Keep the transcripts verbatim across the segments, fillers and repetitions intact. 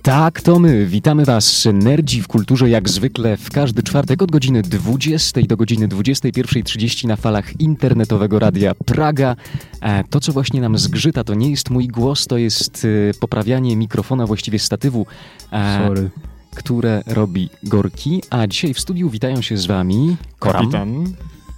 Tak, to my. Witamy Was, nerdzi w kulturze, jak zwykle w każdy czwartek od godziny dwudziestej do godziny dwudziestej pierwszej trzydzieści na falach internetowego Radia Praga. To, co właśnie nam zgrzyta, to nie jest mój głos, to jest poprawianie mikrofona, właściwie statywu, Sorry. które robi Gorki. A dzisiaj w studiu witają się z Wami Koram, Kapitan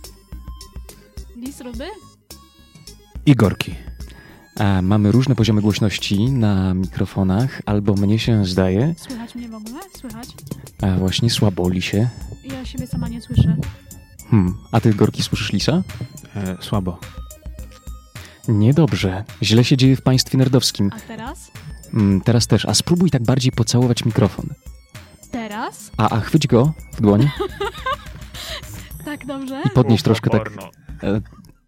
Lis Rudy i Gorki. A mamy różne poziomy głośności na mikrofonach, albo mnie się zdaje. Słychać mnie w ogóle? Słychać? A właśnie słabo Lisie. Ja siebie sama nie słyszę. Hmm. A ty, Gorki, słyszysz Lisa? E, słabo. Niedobrze. Źle się dzieje w państwie nerdowskim. A teraz? Mm, teraz też. A spróbuj tak bardziej pocałować mikrofon. Teraz? A, a chwyć go w dłoń Tak, dobrze? i podnieś troszkę tak. E,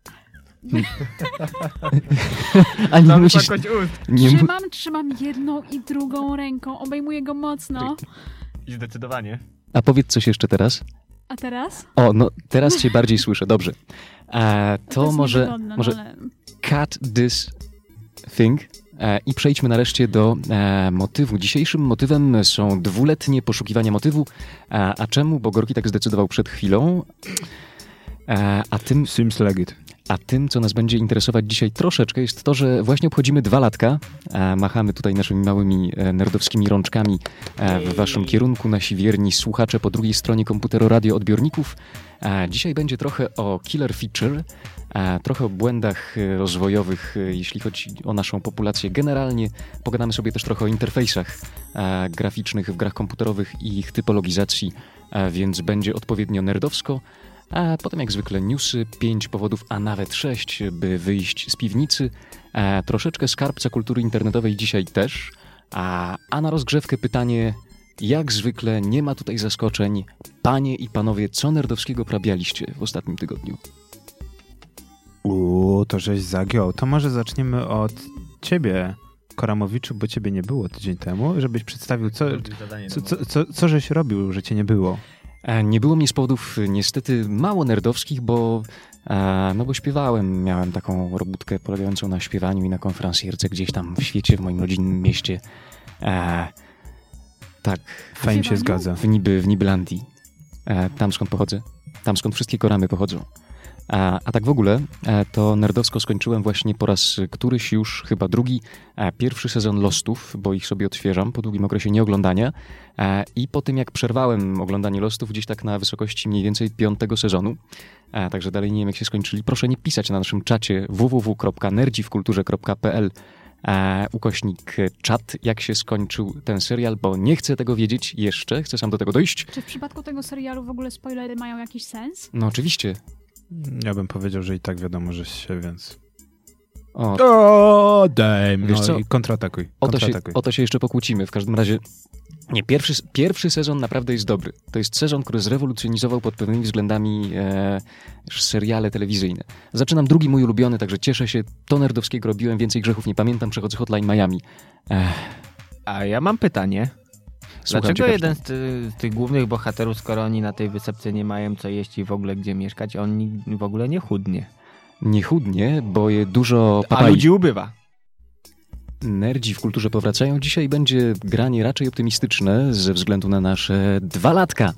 A nie musisz... Nie mu... Trzymam, trzymam jedną i drugą ręką. Obejmuję go mocno. I zdecydowanie. A powiedz coś jeszcze teraz. A teraz? O, no teraz cię bardziej słyszę. Dobrze. A, to, to jest może, niewygodne, może no ale... cut this thing e, i przejdźmy nareszcie do e, motywu. Dzisiejszym motywem są dwuletnie poszukiwania motywu. A, a czemu? Bo Gorki tak zdecydował przed chwilą. A, a tym... Seems like it. A tym, co nas będzie interesować dzisiaj troszeczkę, jest to, że właśnie obchodzimy dwa latka. A machamy tutaj naszymi małymi e, nerdowskimi rączkami e, w waszym kierunku, nasi wierni słuchacze po drugiej stronie komputero-radio-odbiorników. A dzisiaj będzie trochę o killer feature, a trochę o błędach rozwojowych, jeśli chodzi o naszą populację generalnie. Pogadamy sobie też trochę o interfejsach a, graficznych w grach komputerowych i ich typologizacji, a, więc będzie odpowiednio nerdowsko. A potem jak zwykle newsy, pięć powodów, a nawet sześć, by wyjść z piwnicy. A troszeczkę skarbca kultury internetowej dzisiaj też. A, a na rozgrzewkę pytanie, jak zwykle nie ma tutaj zaskoczeń. Panie i panowie, co nerdowskiego prabialiście w ostatnim tygodniu? Uuu, to żeś zagiął. To może zaczniemy od ciebie, Koramowiczu, bo ciebie nie było tydzień temu, żebyś przedstawił, co, co, co, co, co żeś robił, że cię nie było. Nie było mnie z powodów niestety mało nerdowskich, bo, no bo śpiewałem. Miałem taką robótkę polegającą na śpiewaniu i na konferencjerce gdzieś tam w świecie, w moim rodzinnym mieście. E, tak. Fajnie się zgadza. W, Niby, w Nibylandii. E, tam skąd pochodzę. Tam skąd wszystkie koramy pochodzą. A, a tak w ogóle, to nerdowsko skończyłem właśnie po raz któryś już, chyba drugi, pierwszy sezon Lostów, bo ich sobie odświeżam po długim okresie nieoglądania. I po tym, jak przerwałem oglądanie Lostów gdzieś tak na wysokości mniej więcej piątego sezonu, także dalej nie wiem, jak się skończyli, proszę nie pisać na naszym czacie w w w kropka nerdzi w kulturze kropka p l ukośnik czat, jak się skończył ten serial, bo nie chcę tego wiedzieć jeszcze, chcę sam do tego dojść. Czy w przypadku tego serialu w ogóle spoilery mają jakiś sens? No oczywiście. Ja bym powiedział, że i tak wiadomo, że się, więc... O, o damn. Wiesz No co? i kontratakuj. O to, się, kontratakuj. o to się jeszcze pokłócimy. W każdym razie nie, pierwszy, pierwszy sezon naprawdę jest dobry. To jest sezon, który zrewolucjonizował pod pewnymi względami e, seriale telewizyjne. Zaczynam drugi mój ulubiony, także cieszę się. To nerdowskiego robiłem, więcej grzechów nie pamiętam. Przechodzę Hotline Miami. Ech. A ja mam pytanie. Słucham Dlaczego cię, jeden z, ty, z tych głównych bohaterów, skoro oni na tej wysepce nie mają co jeść i w ogóle gdzie mieszkać, on w ogóle nie chudnie? Nie chudnie, bo je dużo A papai. ludzi ubywa. Nerdzi w kulturze powracają. Dzisiaj będzie granie raczej optymistyczne ze względu na nasze dwa latka.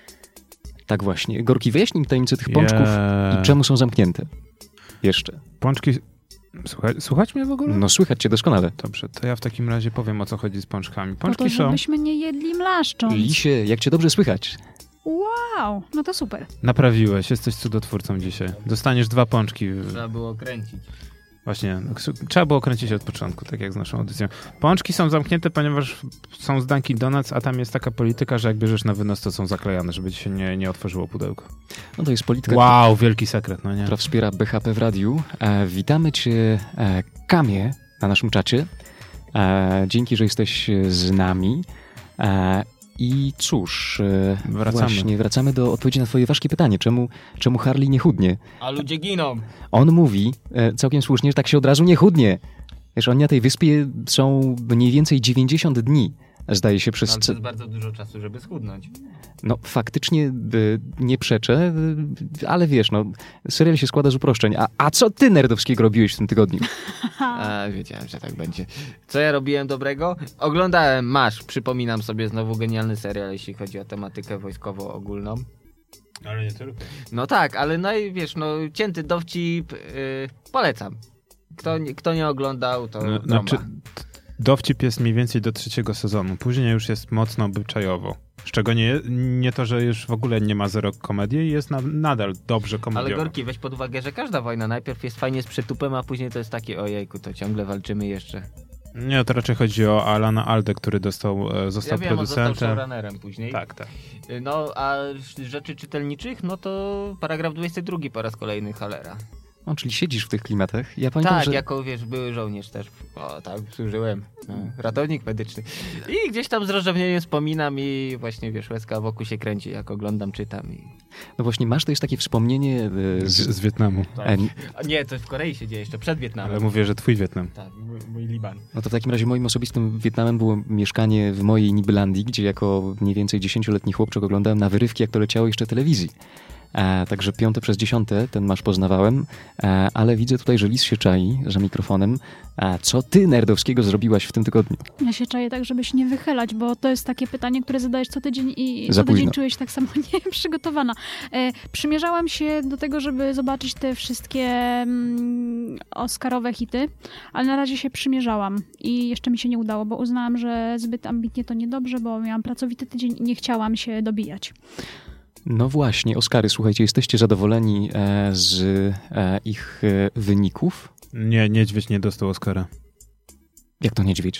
Tak właśnie. Gorki, wyjaśnij mi tajemnicę tych pączków Yeah. i czemu są zamknięte. Jeszcze. Pączki... Słuchaj, słuchać mnie w ogóle? No słychać cię doskonale. Dobrze, to ja w takim razie powiem, o co chodzi z pączkami. Po Pączki to, są... żebyśmy nie jedli mlaszcząc. Lisie, jak cię dobrze słychać. Wow, no to super. Naprawiłeś, jesteś cudotwórcą dzisiaj. Dostaniesz dwa pączki. Trzeba było kręcić. Właśnie, trzeba było kręcić od początku, tak jak z naszą audycją. Pączki są zamknięte, ponieważ są z Dunkin' Donuts, a tam jest taka polityka, że jak bierzesz na wynos, to są zaklejane, żeby ci się nie, nie otworzyło pudełko. No to jest polityka, Wow, wielki sekret, no nie? która wspiera B H P w radiu. E, witamy cię, e, Kamie, na naszym czacie. E, dzięki, że jesteś z nami. E, I cóż, e, Wracamy. właśnie wracamy do odpowiedzi na twoje ważkie pytanie. Czemu, czemu Harley nie chudnie? A ludzie giną. On mówi e, całkiem słusznie, że tak się od razu nie chudnie. Wiesz, oni na tej wyspie są mniej więcej dziewięćdziesiąt dni. zdaje się przez... No, ale to jest bardzo dużo czasu, żeby schudnąć. No faktycznie y, nie przeczę, y, ale wiesz, no serial się składa z uproszczeń. A, a co ty nerdowskiego robiłeś w tym tygodniu? A, wiedziałem, że tak będzie. Co ja robiłem dobrego? Oglądałem Masz, przypominam sobie znowu genialny serial, jeśli chodzi o tematykę wojskową ogólną. Ale nie tylko. No tak, ale no i wiesz, no cięty dowcip, yy, polecam. Kto, nie- kto nie oglądał, to No, trąba. znaczy, dowcip jest mniej więcej do trzeciego sezonu. Później już jest mocno obyczajowo. Z czego nie, nie to, że już w ogóle nie ma zero komedii i jest na, nadal dobrze Ale komediowo. Gorki, weź pod uwagę, że każda wojna najpierw jest fajnie z przytupem, a później to jest takie ojejku, to ciągle walczymy jeszcze. Nie, to raczej chodzi o Alana Aldę, który dostał, e, został Ja wiem, on został producentem. showrunnerem później. Tak, tak. No, a rzeczy czytelniczych, no to paragraf dwudziesty drugi po raz kolejny Halera. O, czyli siedzisz w tych klimatach. Ja pamiętam, Tak, że... jako wiesz, były żołnierz też. O, tak, służyłem. No, ratownik medyczny. I gdzieś tam z rozrzewnieniem wspominam i właśnie wiesz, łezka wokół się kręci, jak oglądam, czytam. I... No właśnie, masz to jest takie wspomnienie y, Z, z... z Wietnamu. E, A nie, to w Korei się dzieje jeszcze, przed Wietnamem. Ale mówię, że twój Wietnam. Tak, mój, mój Liban. No to w takim razie moim osobistym Wietnamem było mieszkanie w mojej Nibylandii, gdzie jako mniej więcej dziesięcioletni chłopczyk oglądałem na wyrywki, jak to leciało jeszcze w telewizji. E, także piąte przez dziesiąte ten masz poznawałem, e, ale widzę tutaj, że Lis się czai za mikrofonem. A co ty nerdowskiego zrobiłaś w tym tygodniu? Ja się czaję tak, żeby się nie wychylać, bo to jest takie pytanie, które zadajesz co tydzień i Za co tydzień późno. czuję się tak samo nieprzygotowana. E, przymierzałam się do tego, żeby zobaczyć te wszystkie mm, Oscarowe hity, ale na razie się przymierzałam i jeszcze mi się nie udało, bo uznałam, że zbyt ambitnie to niedobrze, bo miałam pracowity tydzień i nie chciałam się dobijać. No właśnie, Oscary, słuchajcie, jesteście zadowoleni e, z e, ich e, wyników? Nie, Niedźwiedź nie dostał Oscara. Jak to niedźwiedź?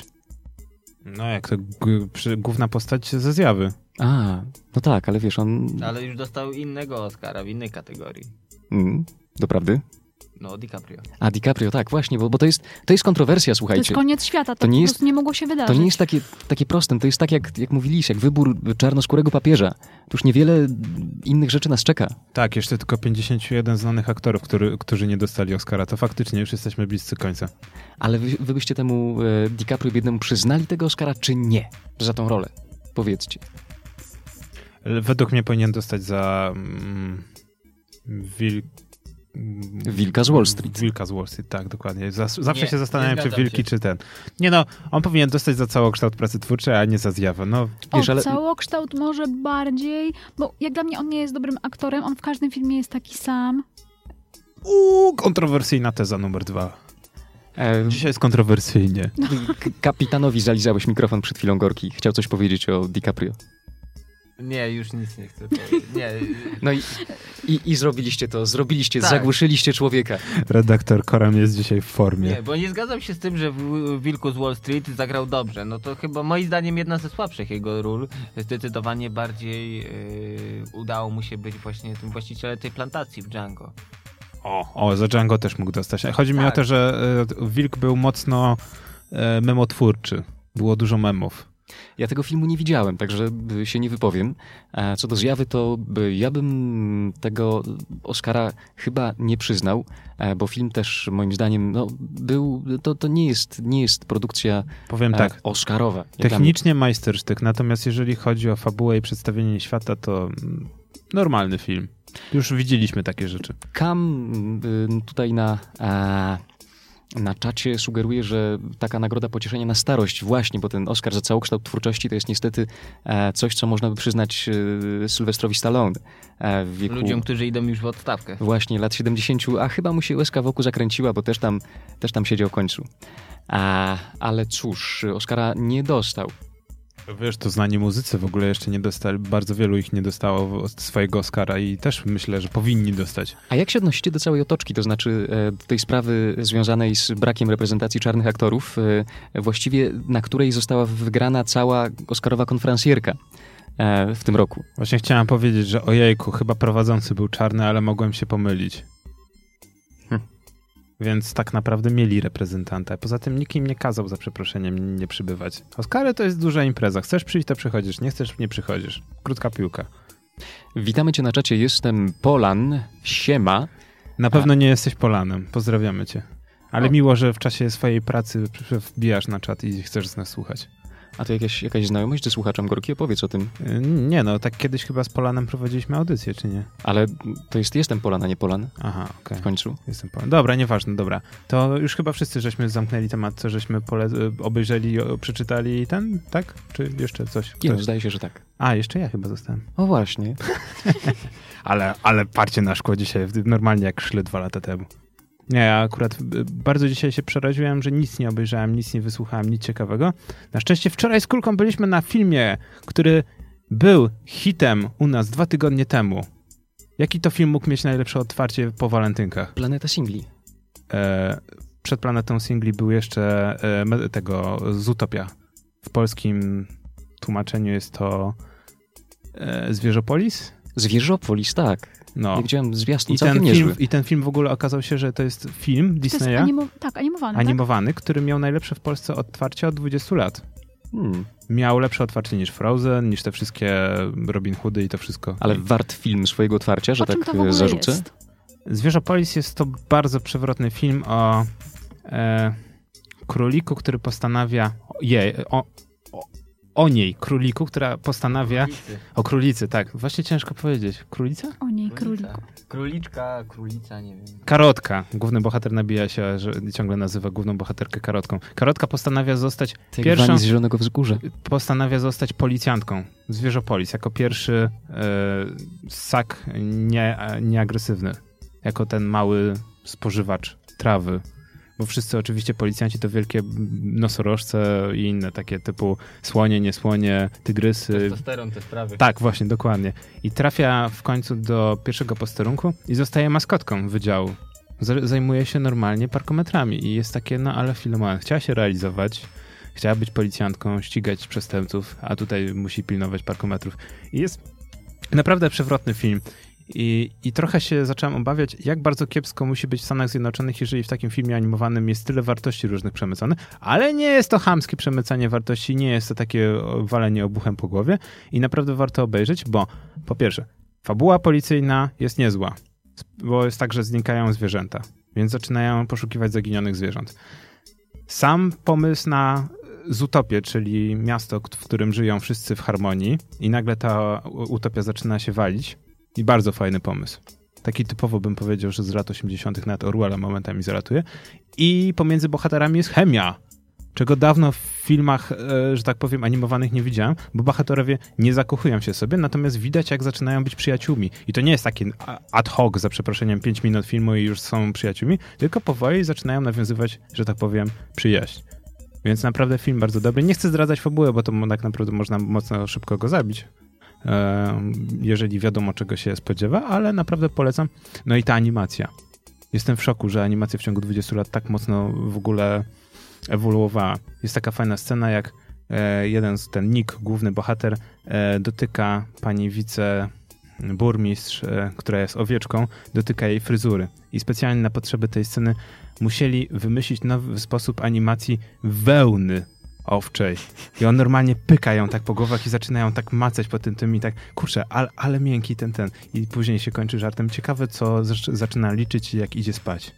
No jak to g- przy- główna postać ze Zjawy. A, no tak, ale wiesz, on... Ale już dostał innego Oscara w innej kategorii. Mm, doprawdy? No, DiCaprio. A DiCaprio, tak, właśnie, bo, bo to, jest, to jest kontrowersja, To słuchajcie. jest koniec świata, to, To nie po jest- prostu nie mogło się To wydarzyć. nie jest takie, takie proste, to jest tak jak, jak mówiliście, jak wybór czarnoskórego papieża. To już niewiele innych rzeczy nas czeka. Tak, jeszcze tylko pięćdziesiąt jeden znanych aktorów, który, którzy nie dostali Oscara. To faktycznie już jesteśmy bliscy końca. Ale wy, wy byście temu e, DiCaprio biednemu przyznali tego Oscara, czy nie? Za tą rolę. Powiedzcie. L- Według mnie powinien dostać za mm, wil... Wilka z Wall Street. Wilka z Wall Street, tak, dokładnie. Zas- zawsze Nie, się zastanawiam, nie czy zgadzam Wilki, się. czy ten. Nie no, on powinien dostać za całokształt pracy twórczej, a nie za Zjawę. No, Wiesz, o, ale- całokształt może bardziej, bo jak dla mnie on nie jest dobrym aktorem, on w każdym filmie jest taki sam. uuu, kontrowersyjna teza numer dwa. E, Dzisiaj jest kontrowersyjnie. k- kapitanowi zalizałeś mikrofon przed chwilą, Gorki. Chciał coś powiedzieć o DiCaprio. Nie, już nic nie chcę powiedzieć. Nie, No i, i, i zrobiliście to, zrobiliście, Tak. zagłuszyliście człowieka. Redaktor Koram jest dzisiaj w formie. nie, bo nie zgadzam się z tym, że w Wilku z Wall Street zagrał dobrze. No to chyba moim zdaniem jedna ze słabszych jego ról. Zdecydowanie bardziej yy, udało mu się być właśnie tym właścicielem tej plantacji w Django. O, o, za Django też mógł dostać. Chodzi mi Tak. o to, że e, Wilk był mocno e, memotwórczy. Było dużo memów. Ja tego filmu nie widziałem, także y, się nie wypowiem. A co do Zjawy, to y, ja bym tego Oscara chyba nie przyznał, e, bo film też moim zdaniem no, był, to, to nie, jest, nie jest produkcja Powiem e, tak, Oscarowa. Jak dla mnie. technicznie majstersztyk, natomiast jeżeli chodzi o fabułę i przedstawienie świata, to mm, normalny film. Już widzieliśmy takie rzeczy. Kam y, tutaj na, a, na czacie sugeruje, że taka nagroda pocieszenia na starość właśnie, bo ten Oscar za całokształt twórczości to jest niestety e, coś, co można by przyznać e, Sylwestrowi Stallone e, w wieku Ludziom, którzy idą już w odstawkę. właśnie lat siedemdziesięciu, a chyba mu się łezka wokół zakręciła, bo też tam, też tam siedział w końcu. A, ale cóż, Oscara nie dostał. Wiesz, to znani muzycy w ogóle jeszcze nie dostali, bardzo wielu ich nie dostało swojego Oscara i też myślę, że powinni dostać. A jak się odnosicie do całej otoczki, to znaczy e, do tej sprawy związanej z brakiem reprezentacji czarnych aktorów, e, właściwie na której została wygrana cała Oscarowa konferencjerka e, w tym roku? Właśnie chciałem powiedzieć, że ojejku, chyba prowadzący był czarny, ale mogłem się pomylić. Hm. Więc tak naprawdę mieli reprezentanta. Poza tym nikt im nie kazał za przeproszeniem nie przybywać. Oscary to jest duża impreza. Chcesz przyjść, to przychodzisz. Nie chcesz, nie przychodzisz. Krótka piłka. Witamy cię na czacie, jestem Polan, siema. Na pewno nie jesteś Polanem. Pozdrawiamy cię. Ale O. miło, że w czasie swojej pracy wbijasz na czat i chcesz z nas słuchać. A to jakaś, jakaś znajomość ze słuchaczem Gorki? Opowiedz o tym. Nie no, tak kiedyś chyba z Polanem prowadziliśmy audycję, czy nie? Ale to jest Jestem Polan, a nie Polan. Aha, okej. Okay. W końcu. Jestem Polan. Dobra, nieważne, dobra. To już chyba wszyscy żeśmy zamknęli temat, co żeśmy pole- obejrzeli, przeczytali ten, tak? Czy jeszcze coś? Nie, no, zdaje się, że tak. A, jeszcze ja chyba zostałem. O właśnie. ale, ale parcie na szkło dzisiaj, normalnie jak szły dwa lata temu. Nie, ja akurat bardzo dzisiaj się przeraziłem, że nic nie obejrzałem, nic nie wysłuchałem, nic ciekawego. Na szczęście wczoraj z Kulką byliśmy na filmie, który był hitem u nas dwa tygodnie temu. Jaki to film mógł mieć najlepsze otwarcie po walentynkach? Planeta Singli. E, przed Planetą Singli był jeszcze e, tego Zootopia. W polskim tłumaczeniu jest to e, Zwierzopolis? Zwierzopolis, tak. No. Ja widziałem zwiastun, I całkiem ten, film, niezły. I ten film w ogóle okazał się, że to jest film Disneya. To jest animo- tak, animowany. Animowany, tak? Który miał najlepsze w Polsce otwarcie od dwudziestu lat. Hmm. Miał lepsze otwarcie niż Frozen, niż te wszystkie Robin Hoody i to wszystko. Ale wart film swojego otwarcia, że o czym tak to w ogóle zarzucę? Jest? Zwierzopolis jest to bardzo przewrotny film o e, króliku, który postanawia... Je, o, o, o niej, króliku, która postanawia... Królicy. O królicy, tak. Właśnie ciężko powiedzieć. Królica? O niej, Królica. króliku. Króliczka, królica, nie wiem. Karotka. Główny bohater nabija się, że ciągle nazywa główną bohaterkę Karotką. Karotka postanawia zostać Tak pierwszą... Wani z Zielonego Wzgórza. Postanawia zostać policjantką. Zwierzopolis. Jako pierwszy e, ssak nie, nieagresywny. Jako ten mały spożywacz trawy. Bo wszyscy oczywiście policjanci to wielkie nosorożce i inne takie typu słonie, niesłonie, tygrysy. Testosteron, te sprawy. Tak, właśnie, dokładnie. I trafia w końcu do pierwszego posterunku i zostaje maskotką wydziału. Z- zajmuje się normalnie parkometrami i jest takie, no ale Filomena chciała się realizować, chciała być policjantką, ścigać przestępców, a tutaj musi pilnować parkometrów. I jest naprawdę przewrotny film. I, I trochę się zacząłem obawiać, jak bardzo kiepsko musi być w Stanach Zjednoczonych, jeżeli w takim filmie animowanym jest tyle wartości różnych przemycone, ale nie jest to chamskie przemycanie wartości, nie jest to takie walenie obuchem po głowie i naprawdę warto obejrzeć, bo po pierwsze, fabuła policyjna jest niezła, bo jest tak, że znikają zwierzęta, więc zaczynają poszukiwać zaginionych zwierząt. Sam pomysł na Zootopię, czyli miasto, w którym żyją wszyscy w harmonii i nagle ta utopia zaczyna się walić. I bardzo fajny pomysł. Taki typowo bym powiedział, że z lat osiemdziesiątych nawet Orwella momentami zalatuje. I pomiędzy bohaterami jest chemia, czego dawno w filmach, e, że tak powiem, animowanych nie widziałem, bo bohaterowie nie zakochują się sobie, natomiast widać, jak zaczynają być przyjaciółmi. I to nie jest takie ad hoc, za przeproszeniem, pięć minut filmu i już są przyjaciółmi, tylko powoli zaczynają nawiązywać, że tak powiem, przyjaźń. Więc naprawdę film bardzo dobry. Nie chcę zdradzać fabuły, bo to tak naprawdę można mocno szybko go zabić, jeżeli wiadomo, czego się spodziewa, ale naprawdę polecam. No i ta animacja. Jestem w szoku, że animacja w ciągu dwudziestu lat tak mocno w ogóle ewoluowała. Jest taka fajna scena, jak jeden z ten Nick, główny bohater, dotyka pani wiceburmistrz, która jest owieczką, dotyka jej fryzury. I specjalnie na potrzeby tej sceny musieli wymyślić nowy sposób animacji wełny owczej. I on normalnie pyka ją tak po głowach i zaczynają tak macać po tym tym i tak, kurczę, ale, ale miękki ten, ten. I później się kończy żartem. Ciekawe, co z- zaczyna liczyć, jak idzie spać.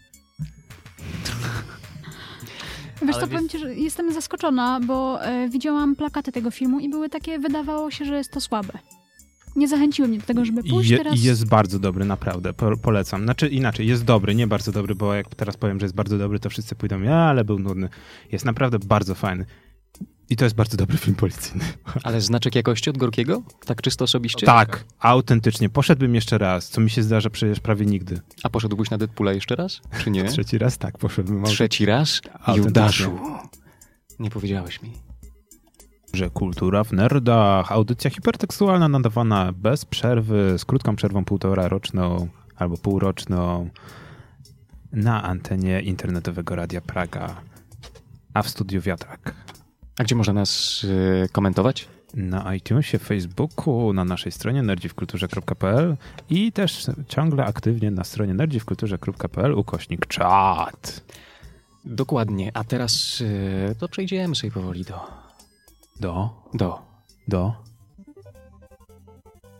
Wiesz Ale co, wiesz- powiem ci, że jestem zaskoczona, bo e, widziałam plakaty tego filmu i były takie, wydawało się, że jest to słabe. Nie zachęciły mnie do tego, żeby pójść I je, teraz. I jest bardzo dobry, naprawdę. Po, polecam. Znaczy inaczej, jest dobry, nie bardzo dobry, bo jak teraz powiem, że jest bardzo dobry, to wszyscy pójdą, ja, ale był nudny. Jest naprawdę bardzo fajny. I to jest bardzo dobry film policyjny. Ale znaczek jakości od Gorkiego? Tak czysto osobiście? Tak, autentycznie. Poszedłbym jeszcze raz, co mi się zdarza przecież prawie nigdy. A poszedłbyś na Deadpoola jeszcze raz? Czy nie? Trzeci raz tak, poszedłbym. Trzeci raz? Autentycznie. Judaszu. Nie powiedziałeś mi. Że kultura w nerdach. Audycja hipertekstualna nadawana bez przerwy, z krótką przerwą półtora roczną albo półroczną na antenie internetowego Radia Praga, a w studiu Wiatrak. A gdzie można nas y, komentować? Na iTunesie, Facebooku, na naszej stronie nerdziwkulturze kropka p l i też ciągle aktywnie na stronie nerdziwkulturze kropka p l ukośnik czat. Dokładnie. A teraz y, to przejdziemy sobie powoli do... Do, Do... do.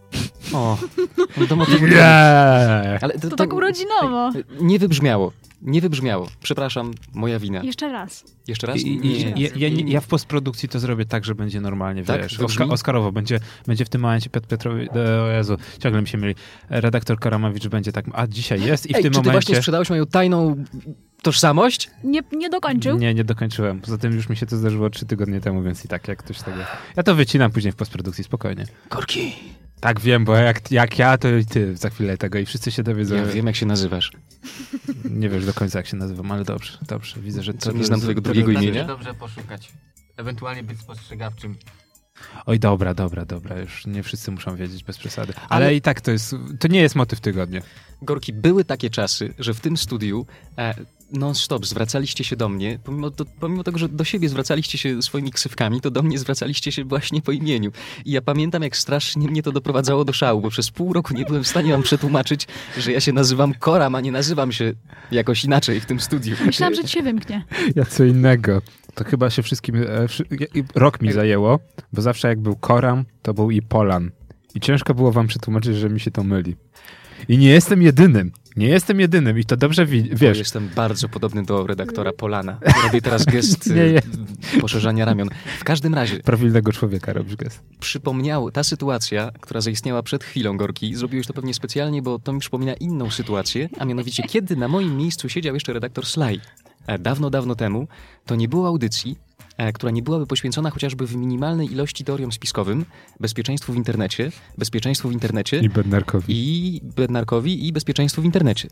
O, do motywu. Yeah! Ale To tak urodzinowo. Nie wybrzmiało. Nie wybrzmiało. Przepraszam, moja wina. Jeszcze raz. Jeszcze raz? I, i, ja, ja, ja, ja w postprodukcji to zrobię tak, że będzie normalnie, Tak? wiesz, Wybrzmi? Oska- Oskarowo. Będzie, będzie w tym momencie Piotr Piotrowicz, o Jezu, ciągle mi się myli. Redaktor Karamowicz będzie tak, a dzisiaj jest i w Ej, tym czy ty momencie... właśnie sprzedałeś moją tajną tożsamość? Nie, nie dokończył? Nie, nie dokończyłem. Poza tym już mi się to zdarzyło trzy tygodnie temu, więc i tak jak ktoś tego... Ja to wycinam później w postprodukcji, spokojnie. Korki. Tak, wiem, bo jak, jak ja, to i ty za chwilę tego i wszyscy się dowiedzą. Ja wiem, jak się nazywasz. Nie wiesz do końca, jak się nazywam, ale dobrze, dobrze. Widzę, że... Co, to nie znam jest- twojego to- drugiego to- imienia? Dobrze poszukać. Ewentualnie być spostrzegawczym. Oj, dobra, dobra, dobra. Już nie wszyscy muszą wiedzieć bez przesady. Ale, Ale- i tak to jest... To nie jest motyw tygodnia. Gorki, były takie czasy, że w tym studiu e, non-stop zwracaliście się do mnie, pomimo, do, pomimo tego, że do siebie zwracaliście się swoimi ksywkami, to do mnie zwracaliście się właśnie po imieniu. I ja pamiętam, jak strasznie mnie to doprowadzało do szału, bo przez pół roku nie byłem w stanie wam przetłumaczyć, że ja się nazywam Koram, a nie nazywam się jakoś inaczej w tym studiu. Myślałam, że ci się wymknie. Ja co innego. To chyba się wszystkim... E, wszy, i- rok mi zajęło, bo zawsze jak był Koram, to był i Polan. I ciężko było wam przetłumaczyć, że mi się to myli. I nie jestem jedynym. Nie jestem jedynym i to dobrze wi- Bo wiesz. jestem bardzo podobny do redaktora Polana. Robię teraz gest Nie e, jest. poszerzania ramion. W każdym razie, Prawilnego człowieka robisz gest. przypomniało, ta sytuacja, która zaistniała przed chwilą, Gorki, zrobiłeś to pewnie specjalnie, bo to mi przypomina inną sytuację, a mianowicie kiedy na moim miejscu siedział jeszcze redaktor Sly. E, Dawno, dawno temu to nie było audycji, e, która nie byłaby poświęcona chociażby w minimalnej ilości teoriom spiskowym, bezpieczeństwu w internecie, bezpieczeństwu w internecie I Bednarkowi. i bednarkowi i bezpieczeństwu w internecie.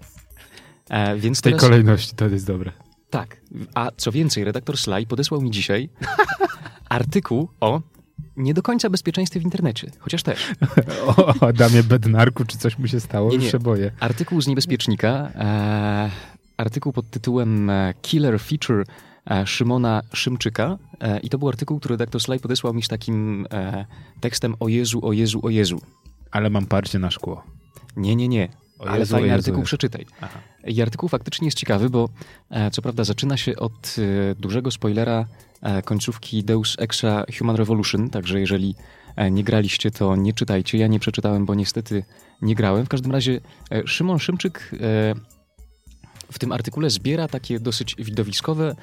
E, więc W tej teraz, kolejności to jest dobre. tak, a co więcej, redaktor Sly podesłał mi dzisiaj artykuł o nie do końca bezpieczeństwie w internecie, chociaż też. O, o Adamie Bednarku, czy coś mu się stało? Nie, Już nie. się boję. Artykuł z Niebezpiecznika, e, artykuł pod tytułem e, Killer Feature e, Szymona Szymczyka e, i to był artykuł, który redaktor Sly podesłał mi z takim e, tekstem o Jezu, o Jezu, o Jezu. Ale mam parcie na szkło. Nie, nie, nie. O Ale Jezu, fajny o Jezu, artykuł, Jezu. przeczytaj. Aha. I artykuł faktycznie jest ciekawy, bo e, co prawda zaczyna się od e, dużego spoilera e, końcówki Deus Exa Human Revolution, także jeżeli e, nie graliście, to nie czytajcie. Ja nie przeczytałem, bo niestety nie grałem. W każdym razie e, Szymon Szymczyk e, w tym artykule zbiera takie dosyć widowiskowe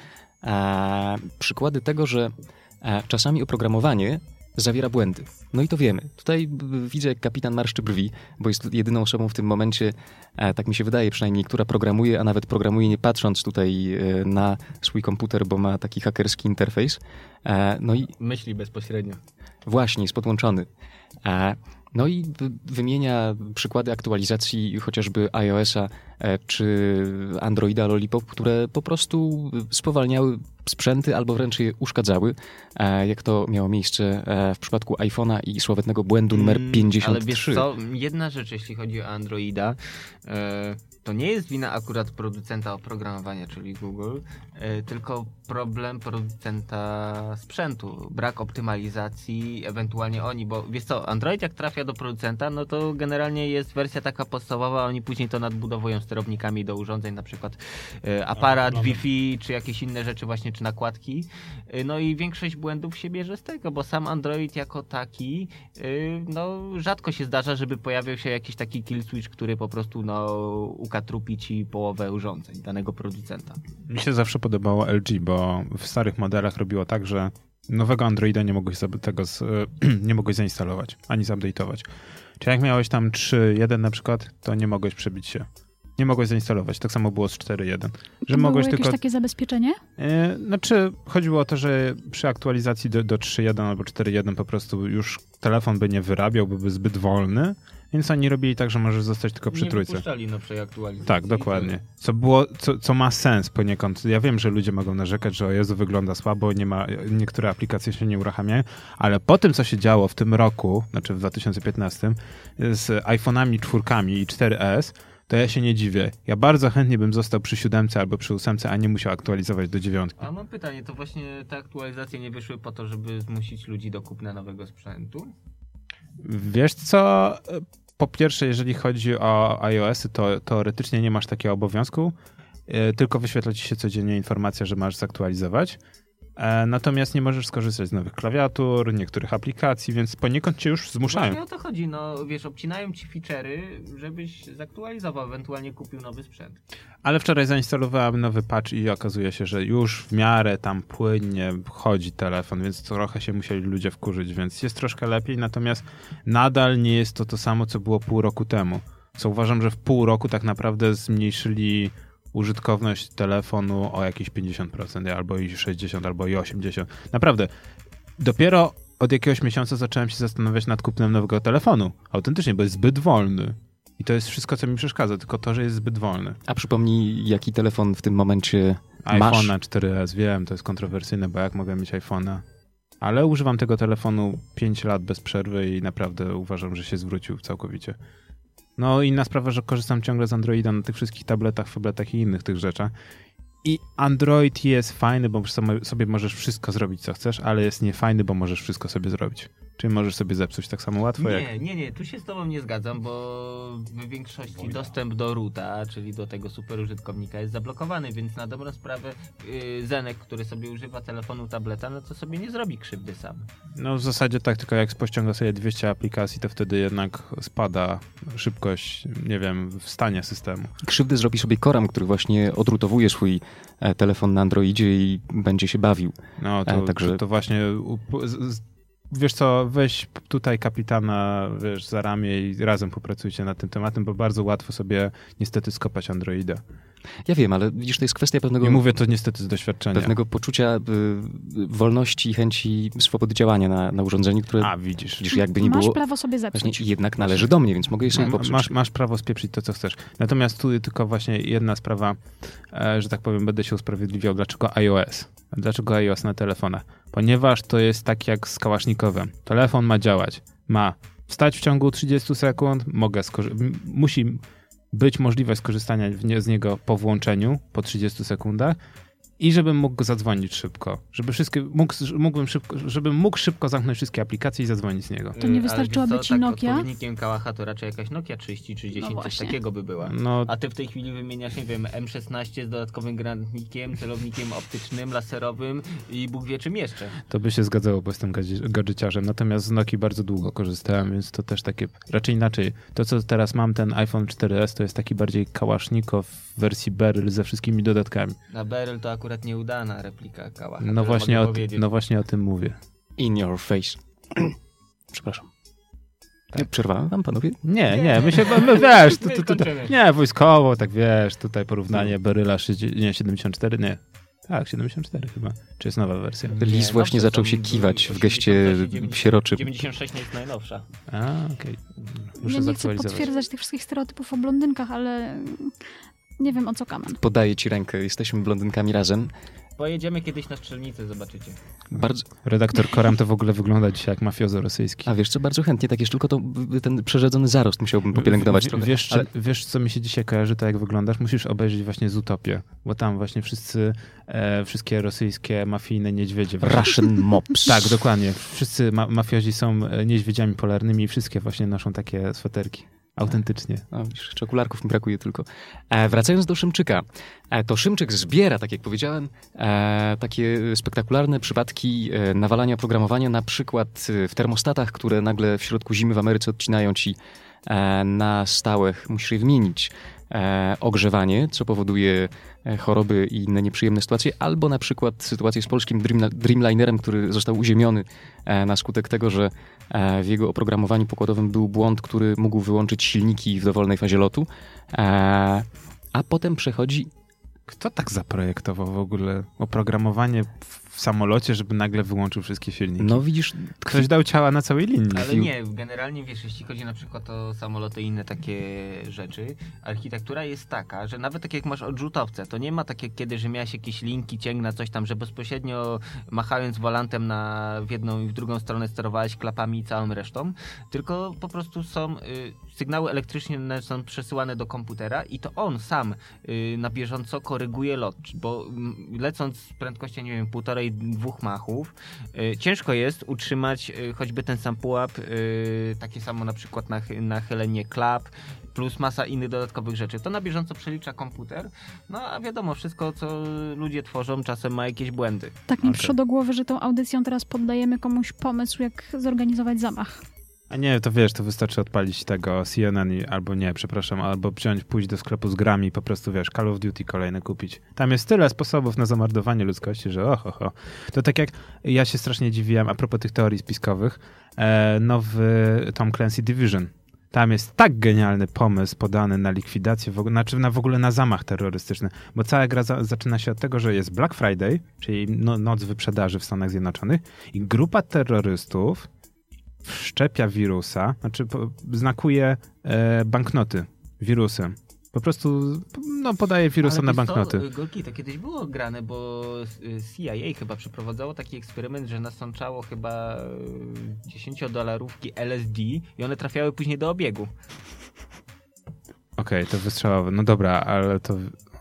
e, przykłady tego, że e, czasami oprogramowanie zawiera błędy. No i to wiemy. Tutaj b- widzę, jak kapitan marszczy brwi, bo jest jedyną osobą w tym momencie, e, tak mi się wydaje przynajmniej, która programuje, a nawet programuje nie patrząc tutaj e, na swój komputer, bo ma taki hakerski interfejs. E, no i Myśli bezpośrednio. właśnie, jest podłączony. E, no i w- wymienia przykłady aktualizacji chociażby iOS-a e, czy Androida Lollipop, które po prostu spowalniały sprzęty albo wręcz je uszkadzały, e, jak to miało miejsce e, w przypadku iPhone'a i sławetnego błędu numer Mm, pięćdziesiąt Ale wiesz trzy. co, jedna rzecz, jeśli chodzi o Androida, e, to nie jest wina akurat producenta oprogramowania, czyli Google, e, tylko problem producenta sprzętu. Brak optymalizacji, ewentualnie oni, bo wiesz co, Android jak trafia do producenta, no to generalnie jest wersja taka podstawowa, a oni później to nadbudowują sterownikami do urządzeń, na przykład e, aparat, Wi-Fi, czy jakieś inne rzeczy właśnie, czy nakładki. E, no i większość błędów się bierze z tego, bo sam Android jako taki, e, no rzadko się zdarza, żeby pojawiał się jakiś taki kill switch, który po prostu no ukatrupi ci połowę urządzeń danego producenta. Mi się zawsze podobało L G, bo w starych modelach robiło tak, że nowego Androida nie mogłeś za- tego z, nie mogłeś zainstalować, ani zupdate'ować. Czyli jak miałeś tam trzy jeden na przykład, to nie mogłeś przebić się. Nie mogłeś zainstalować. Tak samo było z cztery jeden. Że To mogłeś było jakieś tylko... takie zabezpieczenie? E, Znaczy, chodziło o to, że przy aktualizacji do, do trzy jeden albo cztery jeden po prostu już telefon by nie wyrabiał, byłby zbyt wolny, więc oni robili tak, że możesz zostać tylko przy nie trójce. wypuszczali nowszej aktualizacji. Tak, dokładnie. Co było, co, co ma sens poniekąd. Ja wiem, że ludzie mogą narzekać, że o Jezu, wygląda słabo, nie ma, niektóre aplikacje się nie uruchamiają, ale po tym, co się działo w tym roku, znaczy w dwa tysiące piętnastym, z iPhone'ami czwórkami i cztery S, to ja się nie dziwię. Ja bardzo chętnie bym został przy siódemce albo przy ósemce, a nie musiał aktualizować do dziewiątki. A mam pytanie, to właśnie te aktualizacje nie wyszły po to, żeby zmusić ludzi do kupna nowego sprzętu? Wiesz co? Po pierwsze, jeżeli chodzi o iOS-y, to teoretycznie nie masz takiego obowiązku, yy, tylko wyświetla ci się codziennie informacja, że masz zaktualizować. E, natomiast nie możesz skorzystać z nowych klawiatur, niektórych aplikacji, więc poniekąd cię już zmuszają. Właśnie o to chodzi, no wiesz, obcinają ci feature'y, żebyś zaktualizował, ewentualnie kupił nowy sprzęt. Ale wczoraj zainstalowałem nowy patch i okazuje się, że już w miarę tam płynnie chodzi telefon, więc trochę się musieli ludzie wkurzyć, więc jest troszkę lepiej, natomiast nadal nie jest to to samo, co było pół roku temu. Co uważam, że w pół roku tak naprawdę zmniejszyli użytkowność telefonu o jakieś pięćdziesiąt procent, albo i sześćdziesiąt procent, albo i osiemdziesiąt procent. Naprawdę, dopiero od jakiegoś miesiąca zacząłem się zastanawiać nad kupnem nowego telefonu. Autentycznie, bo jest zbyt wolny. I to jest wszystko, co mi przeszkadza, tylko to, że jest zbyt wolny. A przypomnij, jaki telefon w tym momencie masz? iPhone'a cztery S, wiem, to jest kontrowersyjne, bo jak mogę mieć iPhone'a? Ale używam tego telefonu pięć lat bez przerwy i naprawdę uważam, że się zwrócił całkowicie. No inna sprawa, że korzystam ciągle z Androida na tych wszystkich tabletach, fabletach i innych tych rzeczach. I Android jest fajny, bo sobie możesz wszystko zrobić, co chcesz, ale jest niefajny, bo możesz wszystko sobie zrobić. Czyli możesz sobie zepsuć tak samo łatwo nie, jak... Nie, nie, nie, tu się z tobą nie zgadzam, bo w większości dostęp do roota, czyli do tego super użytkownika jest zablokowany, więc na dobrą sprawę yy, Zenek, który sobie używa telefonu, tableta, no to sobie nie zrobi krzywdy sam. No w zasadzie tak, tylko jak pościąga sobie dwieście aplikacji, to wtedy jednak spada szybkość, nie wiem, w stanie systemu. Krzywdy zrobi sobie Koram, który właśnie odrutowuje swój e, telefon na Androidzie i będzie się bawił. No to, e, także... to, to właśnie... Z, z, Wiesz co, weź tutaj kapitana, wiesz, za ramię i razem popracujcie nad tym tematem, bo bardzo łatwo sobie niestety skopać Androida. Ja wiem, ale widzisz, to jest kwestia pewnego... I mówię to niestety z doświadczenia. Pewnego poczucia y, wolności i chęci swobody działania na, na urządzeniu, które... A, widzisz. widzisz jakby nie Masz było... prawo sobie zepsuć. Właśnie jednak należy do mnie, więc mogę je sobie popsuć. Masz, masz prawo spieprzyć to, co chcesz. Natomiast tu tylko właśnie jedna sprawa, e, że tak powiem, będę się usprawiedliwiał, dlaczego iOS. Dlaczego iOS na telefonach? Ponieważ to jest tak jak z kałasznikowem. Telefon ma działać. Ma wstać w ciągu trzydzieści sekund, mogę skorzy- musi być możliwość skorzystania z niego po włączeniu, po trzydziestu sekundach i żebym mógł zadzwonić szybko. Żeby wszystkie, mógł, mógłbym szybko, żebym mógł szybko zamknąć wszystkie aplikacje i zadzwonić z niego. To nie wystarczyłaby ci tak, Nokia? Odpowiednikiem Kałacha to raczej jakaś Nokia trzydzieści trzydzieści, No coś właśnie. takiego by była. No, A ty w tej chwili wymieniasz, nie wiem, M szesnaście z dodatkowym granatnikiem, celownikiem optycznym, laserowym i Bóg wie czym jeszcze. to by się zgadzało, bo jestem gadzi- gadżeciarzem. Natomiast z Nokii bardzo długo korzystałem, więc to też takie, raczej inaczej. To, co teraz mam, ten iPhone cztery S, to jest taki bardziej kałasznikow w wersji Beryl ze wszystkimi dodatkami. Na Beryl to akurat nieudana replika Kałacha. No właśnie, o, no właśnie o tym mówię. In your face. Przepraszam. Tak. Nie, przerwałem wam, panowie? Nie, nie, my się, my, wiesz, tu, My tu, tu, skończymy. nie, wojskowo, tak wiesz, tutaj porównanie Beryla sześćdziesiąt, nie, siedemdziesiąt cztery, nie. Tak, siedemdziesiąt cztery chyba. Czy jest nowa wersja? Lis Nie, właśnie dobrze, zaczął są się kiwać w geście osiemdziesiąt sześć, sieroczym. dziewięćdziesiąt sześć nie jest najnowsza. A, okej. Muszę Ja nie chcę zaktualizować. potwierdzać tych wszystkich stereotypów o blondynkach, ale nie wiem o co kaman. Podaję ci rękę, jesteśmy blondynkami razem. Pojedziemy kiedyś na strzelnicę, zobaczycie. Bardzo... Redaktor Koram to w ogóle wygląda dzisiaj jak mafiozo rosyjski. A wiesz co, bardzo chętnie, tak jeszcze tylko to, ten przerzedzony zarost musiałbym popielęgnować W- trochę. Wiesz, ale... wiesz, co mi się dzisiaj kojarzy, tak jak wyglądasz? Musisz obejrzeć właśnie Zootopię, bo tam właśnie wszyscy, e, wszystkie rosyjskie mafijne niedźwiedzie. Właśnie. Russian mobs. Tak, dokładnie. Wszyscy ma- mafiozi są e, niedźwiedziami polarnymi i wszystkie właśnie noszą takie sweterki. Autentycznie. No, widzisz, jeszcze okularków mi brakuje tylko. E, wracając do Szymczyka. E, to Szymczyk zbiera, tak jak powiedziałem, e, takie spektakularne przypadki e, nawalania oprogramowania, na przykład e, w termostatach, które nagle w środku zimy w Ameryce odcinają ci e, na stałe, musisz je wymienić, e, ogrzewanie, co powoduje e, choroby i inne nieprzyjemne sytuacje, albo na przykład sytuację z polskim Dream, Dreamlinerem, który został uziemiony e, na skutek tego, że e, w jego oprogramowaniu pokładowym był błąd, który mógł wyłączyć silniki w dowolnej fazie lotu, e, a potem przechodzi... Kto tak zaprojektował w ogóle oprogramowanie w samolocie, żeby nagle wyłączył wszystkie silniki? No widzisz, Ktoś dał ciała na całej linii. Ale nie, generalnie wiesz, jeśli chodzi na przykład o samoloty i inne takie rzeczy, architektura jest taka, że nawet tak jak masz odrzutowce, to nie ma tak jak kiedy, że miałeś jakieś linki, cięgna, coś tam, że bezpośrednio machając wolantem na w jedną i w drugą stronę sterowałeś klapami i całą resztą, tylko po prostu są y, sygnały elektryczne są przesyłane do komputera i to on sam y, na bieżąco koryguje lot, bo y, lecąc z prędkością, nie wiem, półtorej, dwóch machów, y, ciężko jest utrzymać y, choćby ten sam pułap, y, takie samo na przykład nach- nachylenie klap plus masa innych dodatkowych rzeczy. To na bieżąco przelicza komputer, no a wiadomo, wszystko co ludzie tworzą czasem ma jakieś błędy. Tak mi Okay. przyszło do głowy, że tą audycją teraz poddajemy komuś pomysł, jak zorganizować zamach. A nie, to wiesz, to wystarczy odpalić tego C N N i, albo nie, przepraszam, albo wziąć, pójść do sklepu z grami i po prostu, wiesz, Call of Duty kolejne kupić. Tam jest tyle sposobów na zamordowanie ludzkości, że oho, ho. To tak jak ja się strasznie dziwiłem, a propos tych teorii spiskowych, e, nowy Tom Clancy Division. Tam jest tak genialny pomysł podany na likwidację, w ogóle, znaczy na w ogóle na zamach terrorystyczny, bo cała gra za, zaczyna się od tego, że jest Black Friday, czyli no, noc wyprzedaży w Stanach Zjednoczonych i grupa terrorystów wszczepia wirusa, znaczy po, znakuje e, banknoty wirusem. Po prostu no, podaje wirusa Ale na wiesz banknoty. Co, Golki, to kiedyś było grane, bo C I A chyba przeprowadzało taki eksperyment, że nasączało chyba dziesięciodolarówki L S D i one trafiały później do obiegu. Okej, okay, to wystrzałowe. No dobra, ale to...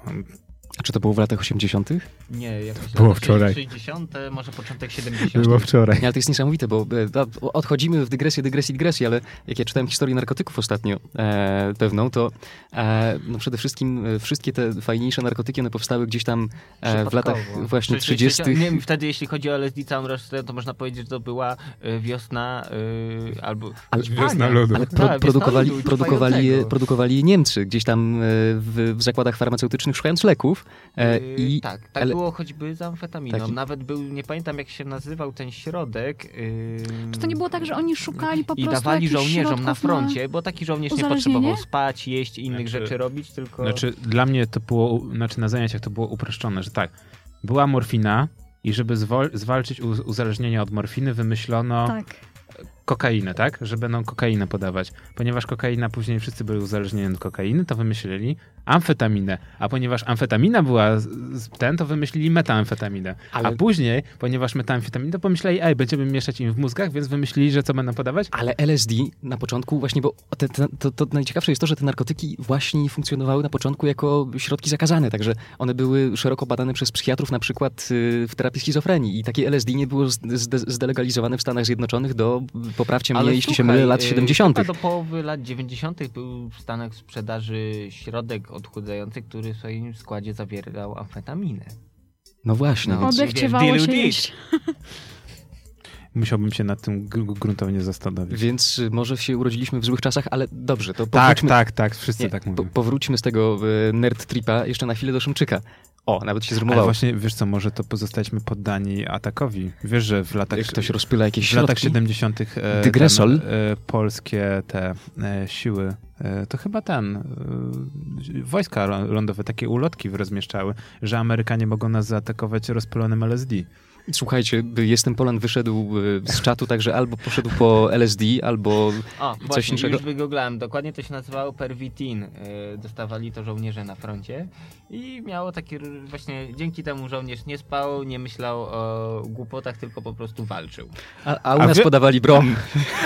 A czy to było w latach osiemdziesiątych? Nie, jakoś Było lata wczoraj. sześćdziesiąte, może początek siedemdziesiątych. Było wczoraj. Nie, ale to jest niesamowite, bo e, odchodzimy w dygresję, dygresję, dygresję, ale jak ja czytałem historię narkotyków ostatnio e, pewną, to e, no przede wszystkim e, wszystkie te fajniejsze narkotyki, one powstały gdzieś tam e, w latach właśnie trzydziestych. Nie wiem, wtedy jeśli chodzi o L S D całą resztę, to można powiedzieć, że to była e, wiosna e, albo... Ale wiosna ludu. Ale pro, Ta, produkowali, ludu, produkowali, je, trwającego. produkowali je Niemcy, gdzieś tam e, w, w zakładach farmaceutycznych szukając leków. E, Yy, i, tak, tak ale, było choćby z amfetaminą. taki- Nawet był, nie pamiętam jak się nazywał ten środek. Yy, Czy to nie było tak, że oni szukali po I prostu dawali jakichś żołnierzom na środków froncie, bo taki żołnierz nie uzależnienie? potrzebował spać, jeść, innych Znaczy- rzeczy robić, tylko... Znaczy, dla mnie to było, znaczy na zajęciach to było uproszczone, że tak, była morfina i żeby zwol- zwalczyć uz- uzależnienie od morfiny wymyślono Tak. kokainę, tak? Że będą kokainę podawać. Ponieważ kokaina, później wszyscy byli uzależnieni od kokainy, to wymyślili amfetaminę. A ponieważ amfetamina była z- z ten, to wymyślili metamfetaminę. Ale- A później, ponieważ metamfetaminę, to pomyśleli, ej, będziemy mieszać im w mózgach, więc wymyślili, że co będą podawać? Ale L S D na początku właśnie, bo te, te, to, to najciekawsze jest to, że te narkotyki właśnie funkcjonowały na początku jako środki zakazane, także one były szeroko badane przez psychiatrów na przykład y, w terapii schizofrenii i takie L S D nie było zde- zde- zdelegalizowane w Stanach Zjednoczonych do, poprawcie mnie, Ale jeśli się słuchaj, mylę, lat yy, siedemdziesiątych. Chyba do połowy lat dziewięćdziesiątych był w Stanach w sprzedaży środek odchudzający, który w swoim składzie zawierał amfetaminę. No właśnie. No. Więc, Oddech wiesz, ciewało deal się with it. jeść. Musiałbym się nad tym gr- gruntownie zastanowić. więc y, może się urodziliśmy w złych czasach, ale dobrze, to Tak, powróćmy, tak, tak, wszyscy nie, tak po, mówią. powróćmy z tego y, nerd tripa jeszcze na chwilę do Szymczyka. O, nawet się Ale zrymowało. właśnie, wiesz co, może to pozostaliśmy poddani atakowi. Wiesz, że w latach... Jak ktoś rozpyla jakieś W latach środki. siedemdziesiątych e, Dygresol. ten, e, polskie te e, siły, e, to chyba ten, e, wojska ro- lądowe takie ulotki rozmieszczały, że Amerykanie mogą nas zaatakować rozpylonym L S D. Słuchajcie, by Jestem Polan wyszedł y, z czatu, także albo poszedł po L S D, albo O, coś właśnie, innego. już wygooglałem. Dokładnie to się nazywało Pervitin. Yy, dostawali to żołnierze na froncie i miało takie r- właśnie, dzięki temu żołnierz nie spał, nie myślał o głupotach, tylko po prostu walczył. A, a u A nas wy- podawali brom.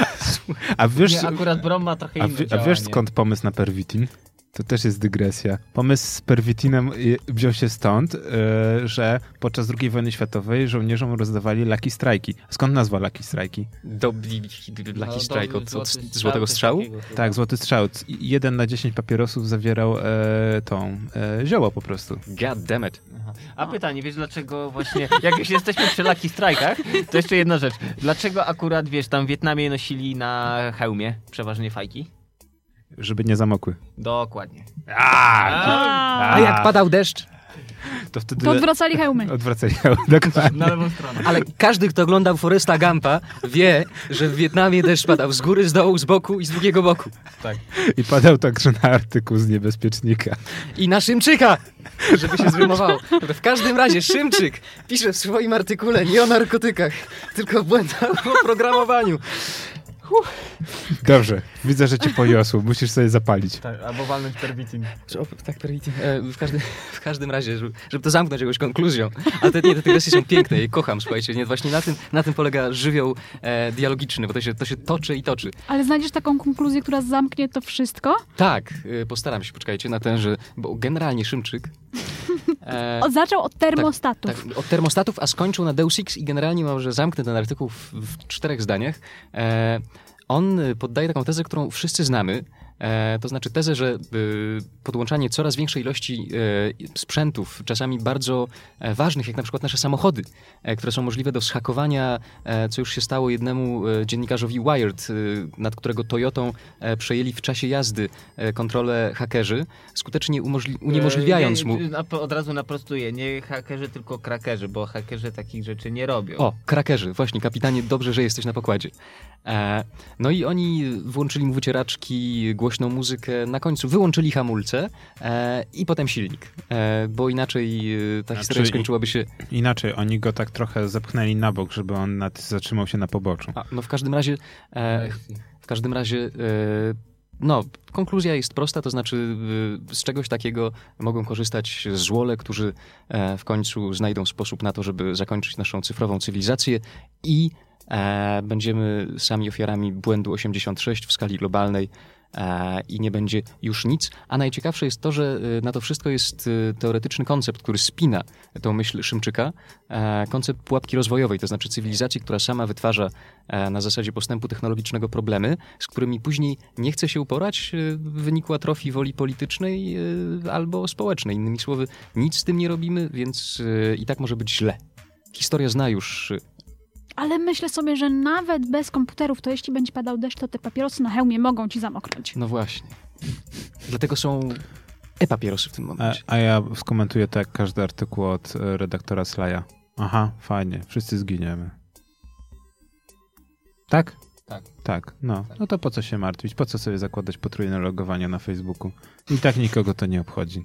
A wiesz, Nie, akurat Brom ma trochę a, inne wie, a działanie. wiesz skąd pomysł na Pervitin? To też jest dygresja. Pomysł z Pervitinem y, wziął się stąd, y, że podczas drugiej wojny światowej żołnierzom rozdawali Lucky Strike'i. Skąd nazwa Lucky Strike'i? Do No, Lucky to Strike od, złoty od strzał, złotego coś strzału? takiego chyba. Tak, złoty strzał. C- jeden na dziesięć papierosów zawierał e, tą e, zioło po prostu. God damn it. Aha. A pytanie, wiesz dlaczego właśnie, jak już jesteśmy przy Lucky Strike'ach, to jeszcze jedna rzecz. Dlaczego akurat, wiesz, tam w Wietnamie nosili na hełmie przeważnie fajki? Żeby nie zamokły. Dokładnie. A, A jak padał deszcz? To wtedy to odwracali hełmy. odwracali dokładnie. Na lewą stronę. Ale każdy, kto oglądał Foresta Gumpa, wie, że w Wietnamie deszcz padał z góry, z dołu, z boku i z drugiego boku. Tak. I padał także na artykuł z niebezpiecznika. I na Szymczyka, żeby się zrymowało. Dobra, w każdym razie Szymczyk pisze w swoim artykule nie o narkotykach, tylko o błędach w programowaniu. Dobrze, widzę, że cię poniosło. Musisz sobie zapalić. Tak, albo walnąć pervitin. O, tak, perwitin. E, w, każdym, w każdym razie, żeby, żeby to zamknąć jakąś konkluzją. Ale te, nie, te dygresje są piękne, je kocham, słuchajcie. Nie, właśnie na tym, na tym polega żywioł e, dialogiczny, bo to się, to się toczy i toczy. Ale znajdziesz taką konkluzję, która zamknie to wszystko? Tak, e, postaram się, poczekajcie, na ten, że... Bo generalnie Szymczyk... E, O, zaczął od termostatów. Tak, od termostatów, a skończył na Deus Ex i generalnie może zamknę ten artykuł w, w czterech zdaniach. E, on poddaje taką tezę, którą wszyscy znamy, E, to znaczy tezę, że e, podłączanie coraz większej ilości e, sprzętów, czasami bardzo e, ważnych, jak na przykład nasze samochody, e, które są możliwe do zhakowania, e, co już się stało jednemu e, dziennikarzowi Wired, e, nad którego Toyotą e, przejęli w czasie jazdy e, kontrolę hakerzy, skutecznie umożli- uniemożliwiając mu... Nie, od razu naprostuję, nie hakerzy, tylko krakerzy, bo hakerzy takich rzeczy nie robią. O, krakerzy, właśnie, kapitanie, dobrze, że jesteś na pokładzie. E, no i oni włączyli mu wycieraczki, głośną muzykę, na końcu wyłączyli hamulce e, i potem silnik, e, bo inaczej e, ta Znaczy, historia skończyłaby się... Inaczej, oni go tak trochę zepchnęli na bok, żeby on nad, zatrzymał się na poboczu. A, no w każdym razie... E, w każdym razie... E, No, konkluzja jest prosta, to znaczy z czegoś takiego mogą korzystać złole, którzy w końcu znajdą sposób na to, żeby zakończyć naszą cyfrową cywilizację i będziemy sami ofiarami błędu osiemdziesiąt sześć w skali globalnej i nie będzie już nic. A najciekawsze jest to, że na to wszystko jest teoretyczny koncept, który spina tą myśl Szymczyka. Koncept pułapki rozwojowej, to znaczy cywilizacji, która sama wytwarza na zasadzie postępu technologicznego problemy, z którymi później nie chce się uporać w wyniku atrofii woli politycznej albo społecznej. Innymi słowy, nic z tym nie robimy, więc i tak może być źle. Historia zna już... Ale myślę sobie, że nawet bez komputerów, to jeśli będzie padał deszcz, to te papierosy na hełmie mogą ci zamoknąć. No właśnie. Dlatego są e-papierosy w tym momencie. A, a ja skomentuję tak każdy artykuł od redaktora Slaja. Aha, fajnie, wszyscy zginiemy. Tak? Tak. Tak, no. No to po co się martwić? Po co sobie zakładać potrójne logowanie na Facebooku? I tak nikogo to nie obchodzi.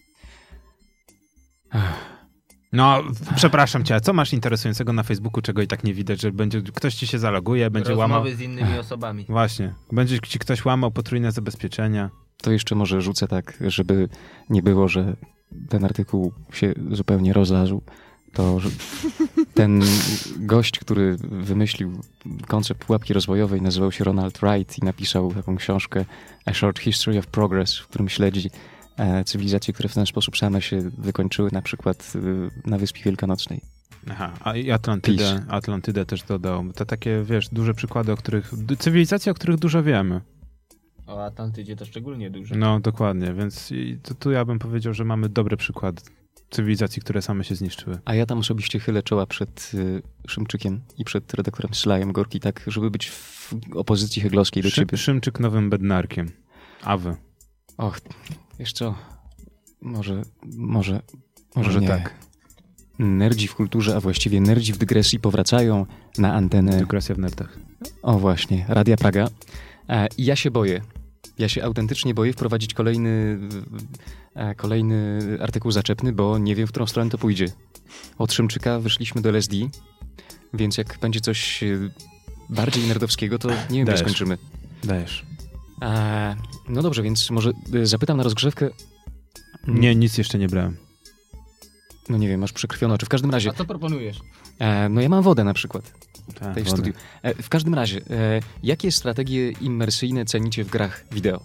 No, przepraszam cię, a co masz interesującego na Facebooku, czego i tak nie widać, że będzie ktoś ci się zaloguje, będzie Rozmowy łamał... z innymi osobami. Właśnie. Będzie ci ktoś łamał potrójne zabezpieczenia. To jeszcze może rzucę tak, żeby nie było, że ten artykuł się zupełnie rozlazł. To że ten gość, który wymyślił koncept pułapki rozwojowej, nazywał się Ronald Wright i napisał taką książkę A Short History of Progress, w którym śledzi cywilizacje, które w ten sposób same się wykończyły, na przykład na Wyspie Wielkanocnej. Aha, a i Atlantydę, Atlantydę też dodał. To takie, wiesz, duże przykłady, o których, cywilizacje, o których dużo wiemy. O Atlantydzie to szczególnie dużo. No, dokładnie, więc to, tu ja bym powiedział, że mamy dobre przykłady cywilizacji, które same się zniszczyły. A ja tam osobiście chylę czoła przed y, Szymczykiem i przed redaktorem Slajem Gorki, tak, żeby być w opozycji heglowskiej do Szym, ciebie. Szymczyk nowym bednarkiem. A wy? Och, wiesz co, może, może, może, może nie. tak. Nerdzi w kulturze, a właściwie nerdzi w dygresji powracają na antenę... Dygresja w nerdach. O właśnie, Radia Praga. E, I ja się boję. Ja się autentycznie boję wprowadzić kolejny, e, kolejny artykuł zaczepny, bo nie wiem, w którą stronę to pójdzie. Od Szymczyka wyszliśmy do L S D, więc jak będzie coś bardziej nerdowskiego, to nie wiem, gdzie skończymy. Dajesz. E, no dobrze, więc może zapytam na rozgrzewkę. Nie, nic jeszcze nie brałem. No nie wiem, masz przekrwione oczy. W każdym razie... A co proponujesz? E, no ja mam wodę na przykład. Ta, Tutaj w wodę. studiu. E, w każdym razie, e, jakie strategie immersyjne cenicie w grach wideo?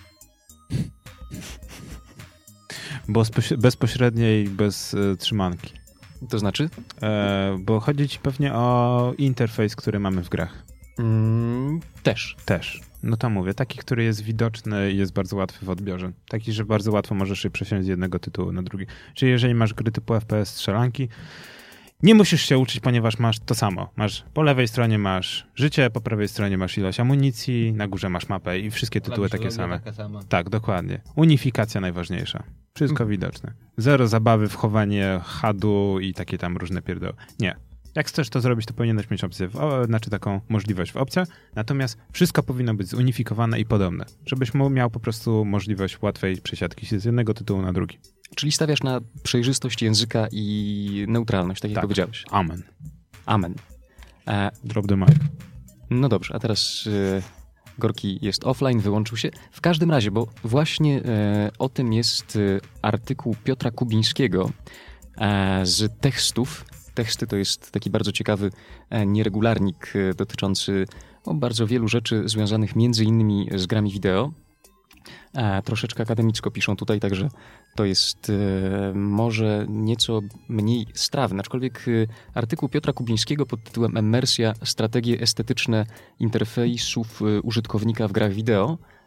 Bo bezpośredniej, bez y, trzymanki. To znaczy? E, bo chodzi ci pewnie o interfejs, który mamy w grach. Mm, też. Też. No to mówię, taki, który jest widoczny i jest bardzo łatwy w odbiorze. Taki, że bardzo łatwo możesz się przesiąść z jednego tytułu na drugi. Czyli jeżeli masz gry typu F P S, strzelanki, nie musisz się uczyć, ponieważ masz to samo. Masz po lewej stronie masz życie, po prawej stronie masz ilość amunicji, na górze masz mapę i wszystkie tytuły takie same. Tak, dokładnie. Unifikacja najważniejsza. Wszystko widoczne. Zero zabawy w chowanie hadu i takie tam różne pierdoły. Nie. Jak chcesz to zrobić, to powinieneś mieć opcję, w, o, znaczy taką możliwość w opcjach, natomiast wszystko powinno być zunifikowane i podobne, żebyś miał po prostu możliwość łatwej przesiadki się z jednego tytułu na drugi. Czyli stawiasz na przejrzystość języka i neutralność, tak jak Tak. powiedziałeś. Amen. Amen. E, Drop the mic. no dobrze, a teraz e, Gorki jest offline, wyłączył się. W każdym razie, bo właśnie e, o tym jest e, artykuł Piotra Kubińskiego e, z tekstów. Teksty to jest taki bardzo ciekawy e, nieregularnik e, dotyczący o, bardzo wielu rzeczy związanych między innymi z grami wideo. E, troszeczkę akademicko piszą tutaj, także to jest e, może nieco mniej strawne. Aczkolwiek e, artykuł Piotra Kubińskiego pod tytułem Immersja, strategie estetyczne interfejsów e, użytkownika w grach wideo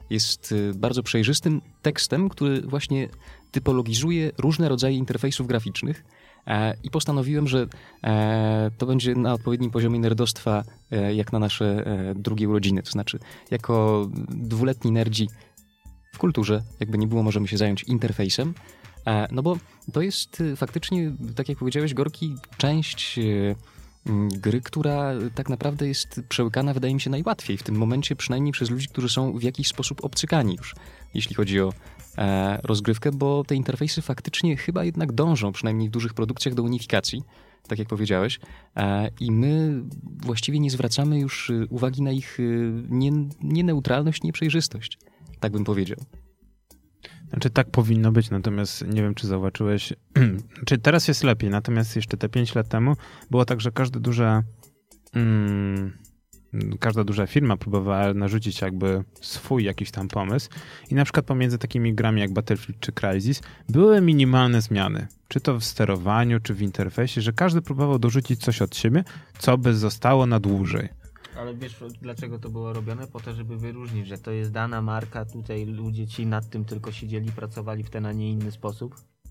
jest bardzo przejrzystym tekstem, który właśnie typologizuje różne rodzaje interfejsów graficznych i postanowiłem, że to będzie na odpowiednim poziomie nerdostwa jak na nasze drugie urodziny. To znaczy, jako dwuletni nerdzi w kulturze, jakby nie było, możemy się zająć interfejsem, no bo to jest faktycznie, tak jak powiedziałeś, Gorki, część gry, która tak naprawdę jest przełykana, wydaje mi się, najłatwiej w tym momencie, przynajmniej przez ludzi, którzy są w jakiś sposób obcykani już, jeśli chodzi o e, rozgrywkę, bo te interfejsy faktycznie chyba jednak dążą, przynajmniej w dużych produkcjach, do unifikacji, tak jak powiedziałeś, e, i my właściwie nie zwracamy już uwagi na ich nie, nie neutralność, nie przejrzystość, tak bym powiedział. Znaczy tak powinno być, natomiast nie wiem, czy zauważyłeś, czy teraz jest lepiej, natomiast jeszcze te pięć lat temu było tak, że każda duża mm, każda duża firma próbowała narzucić jakby swój jakiś tam pomysł i na przykład pomiędzy takimi grami jak Battlefield czy Crysis były minimalne zmiany, czy to w sterowaniu, czy w interfejsie, że każdy próbował dorzucić coś od siebie, co by zostało na dłużej. Ale wiesz, dlaczego to było robione? Po to, żeby wyróżnić, że to jest dana marka, tutaj ludzie ci nad tym tylko siedzieli, pracowali w ten, a nie inny sposób.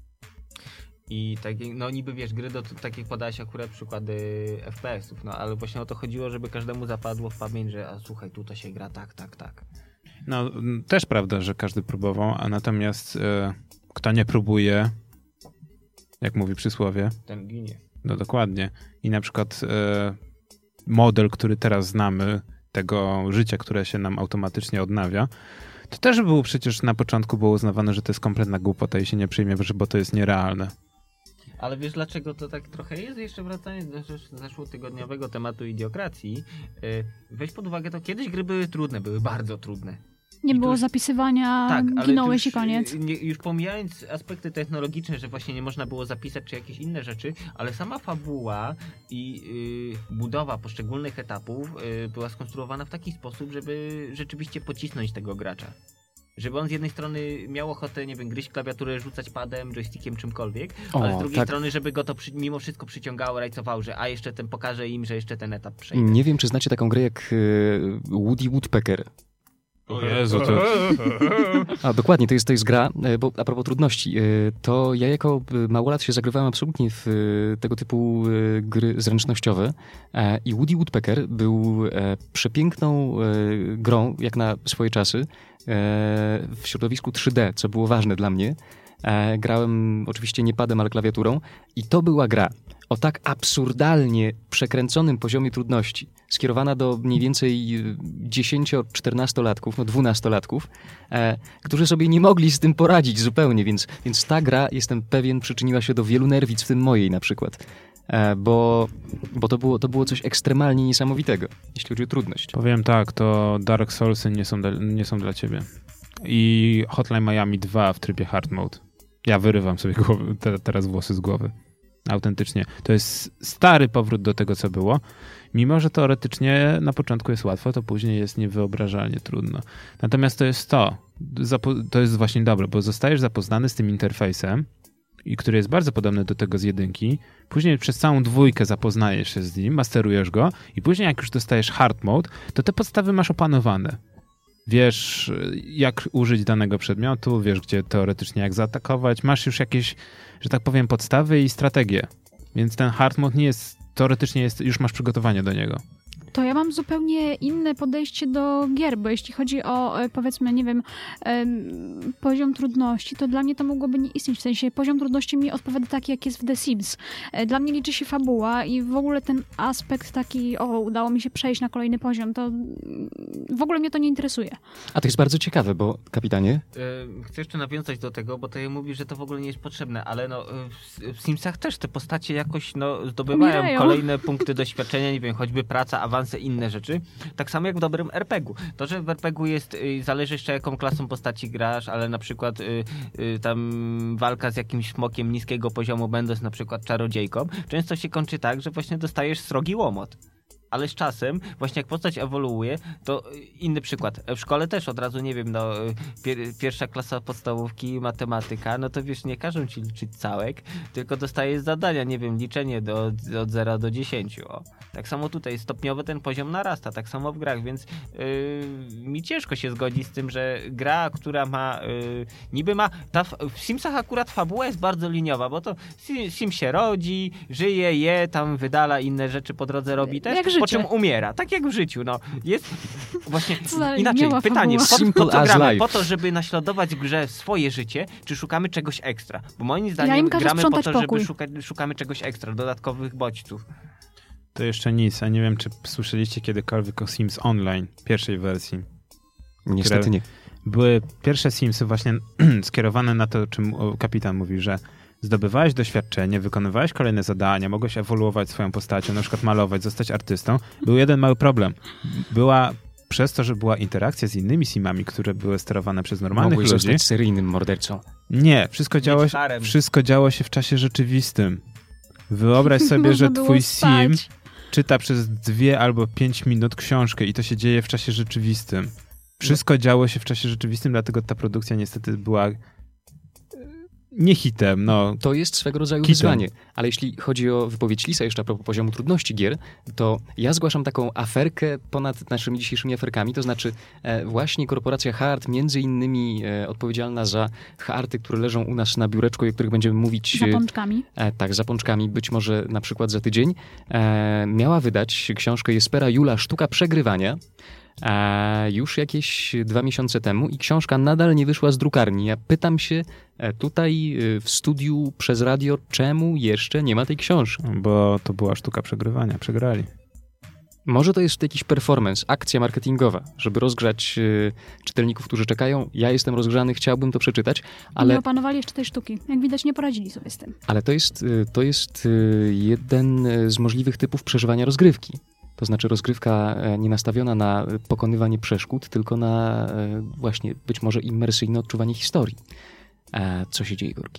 I tak, no niby wiesz, gry, do, tak jak podałeś akurat przykłady F P S ów, no ale właśnie o to chodziło, żeby każdemu zapadło w pamięć, że a słuchaj, tu to się gra tak, tak, tak. No też prawda, że każdy próbował, a natomiast e, kto nie próbuje, jak mówi przysłowie, ten ginie. No dokładnie. I na przykład e, model, który teraz znamy, tego życia, które się nam automatycznie odnawia, to też było przecież na początku było uznawane, że to jest kompletna głupota i się nie przyjmie, bo to jest nierealne. Ale wiesz, dlaczego to tak trochę jest? Jeszcze wracając do zeszłotygodniowego tematu idiokracji, weź pod uwagę to, kiedyś gry były trudne, były bardzo trudne. Nie I było już, zapisywania, tak, ale ginąłeś już, i koniec. Nie, już pomijając aspekty technologiczne, że właśnie nie można było zapisać czy jakieś inne rzeczy, ale sama fabuła i y, budowa poszczególnych etapów y, była skonstruowana w taki sposób, żeby rzeczywiście pocisnąć tego gracza. Żeby on z jednej strony miał ochotę, nie wiem, gryźć klawiaturę, rzucać padem, joystickiem, czymkolwiek, o, ale z drugiej tak. strony, żeby go to przy, mimo wszystko przyciągało, rajcowało, że a jeszcze ten pokaże im, że jeszcze ten etap przejdzie. Nie wiem, czy znacie taką grę jak y, Woody Woodpecker. O Jezu, to... A, dokładnie, to jest, to jest gra, bo a propos trudności, to ja jako małolat się zagrywałem absolutnie w tego typu gry zręcznościowe i Woody Woodpecker był przepiękną grą, jak na swoje czasy, w środowisku trzy D, co było ważne dla mnie. Grałem oczywiście nie padem, ale klawiaturą i to była gra o tak absurdalnie przekręconym poziomie trudności, skierowana do mniej więcej dziesięcio-czternastolatków, no dwunastolatków, e, którzy sobie nie mogli z tym poradzić zupełnie, więc, więc ta gra, jestem pewien, przyczyniła się do wielu nerwic, w tym mojej na przykład, e, bo, bo to, było, to było coś ekstremalnie niesamowitego, jeśli chodzi o trudność. Powiem tak, to Dark Soulsy nie są, dla, nie są dla ciebie. I Hotline Miami dwa w trybie hard mode. Ja wyrywam sobie głowy, te, teraz włosy z głowy. Autentycznie. To jest stary powrót do tego, co było. Mimo, że teoretycznie na początku jest łatwo, to później jest niewyobrażalnie trudno. Natomiast to jest to. To jest właśnie dobre, bo zostajesz zapoznany z tym interfejsem, i który jest bardzo podobny do tego z jedynki. Później przez całą dwójkę zapoznajesz się z nim, masterujesz go i później jak już dostajesz hard mode, to te podstawy masz opanowane. Wiesz, jak użyć danego przedmiotu, wiesz, gdzie teoretycznie jak zaatakować. Masz już jakieś, że tak powiem, podstawy i strategie. Więc ten hard mode nie jest, teoretycznie jest, już masz przygotowanie do niego. To ja mam zupełnie inne podejście do gier, bo jeśli chodzi o, powiedzmy, nie wiem, poziom trudności, to dla mnie to mogłoby nie istnieć. W sensie poziom trudności mi odpowiada taki, jak jest w The Sims. Dla mnie liczy się fabuła i w ogóle ten aspekt taki, o, udało mi się przejść na kolejny poziom, to w ogóle mnie to nie interesuje. A to jest bardzo ciekawe, bo, kapitanie... Chcę jeszcze nawiązać do tego, bo to mówi, że to w ogóle nie jest potrzebne, ale no w Simsach też te postacie jakoś no, zdobywają Umierają. kolejne punkty doświadczenia, nie wiem, choćby praca, awans, inne rzeczy. Tak samo jak w dobrym er pe gu. To, że w er pe gu jest, y, zależy jeszcze jaką klasą postaci grasz, ale na przykład y, y, tam walka z jakimś smokiem niskiego poziomu, będąc na przykład czarodziejką, często się kończy tak, że właśnie dostajesz srogi łomot. ale z czasem, właśnie jak postać ewoluuje, to inny przykład. W szkole też od razu, nie wiem, no pier, pierwsza klasa podstawówki, matematyka, no to wiesz, nie każą ci liczyć całek, tylko dostajesz zadania, nie wiem, liczenie do, od zera do dziesięciu. O. Tak samo tutaj stopniowo ten poziom narasta, tak samo w grach, więc yy, mi ciężko się zgodzić z tym, że gra, która ma, yy, niby ma, ta, w Simsach akurat fabuła jest bardzo liniowa, bo to Sim, Sim się rodzi, żyje, je, tam wydala, inne rzeczy po drodze robi też. Jak życie. Po czym umiera. Tak jak w życiu, no. Jest właśnie Co inaczej. Pytanie, po, Simple po co as gramy? life. Po to, żeby naśladować w grze swoje życie, czy szukamy czegoś ekstra? Bo moim Ja zdaniem im każę gramy po sprzątać to, pokój. żeby szukać, szukamy czegoś ekstra, dodatkowych bodźców. To jeszcze nic, a nie wiem, czy słyszeliście kiedykolwiek o Sims Online, pierwszej wersji. Niestety które nie. Były pierwsze Simsy właśnie skierowane na to, o czym kapitan mówi, że zdobywałeś doświadczenie, wykonywałeś kolejne zadania, mogłeś ewoluować swoją postacią, na przykład malować, zostać artystą. Był jeden mały problem. Była, przez to, że była interakcja z innymi simami, które były sterowane przez normalnych Mogłeś ludzi. zostać seryjnym mordercą. Nie, wszystko działo, się, harem. wszystko działo się w czasie rzeczywistym. Wyobraź sobie, że Można było twój spać. sim czyta przez dwie albo pięć minut książkę i to się dzieje w czasie rzeczywistym. Wszystko działo się w czasie rzeczywistym, dlatego ta produkcja niestety była nie hitem, no. To jest swego rodzaju Kitem. wyzwanie. Ale jeśli chodzi o wypowiedź Lisa jeszcze a propos poziomu trudności gier, to ja zgłaszam taką aferkę ponad naszymi dzisiejszymi aferkami, to znaczy e, właśnie korporacja Hard, między innymi e, odpowiedzialna za harty, które leżą u nas na biureczku i o których będziemy mówić Za pączkami. E, tak, za pączkami, być może na przykład za tydzień, e, miała wydać książkę Jespera Jula Sztuka Przegrywania, a już jakieś dwa miesiące temu i książka nadal nie wyszła z drukarni. Ja pytam się e, tutaj e, w studiu przez radio, czemu jeszcze nie ma tej książki? Bo to była sztuka przegrywania, przegrali. Może to jest jakiś performance, akcja marketingowa, żeby rozgrzać e, czytelników, którzy czekają. Ja jestem rozgrzany, chciałbym to przeczytać, Ale... Nie ale, opanowali jeszcze tej sztuki. Jak widać, nie poradzili sobie z tym. ale to jest, e, to jest e, jeden z możliwych typów przeżywania rozgrywki. To znaczy rozgrywka nie nastawiona na pokonywanie przeszkód, tylko na właśnie być może immersyjne odczuwanie historii. A co się dzieje, Górki?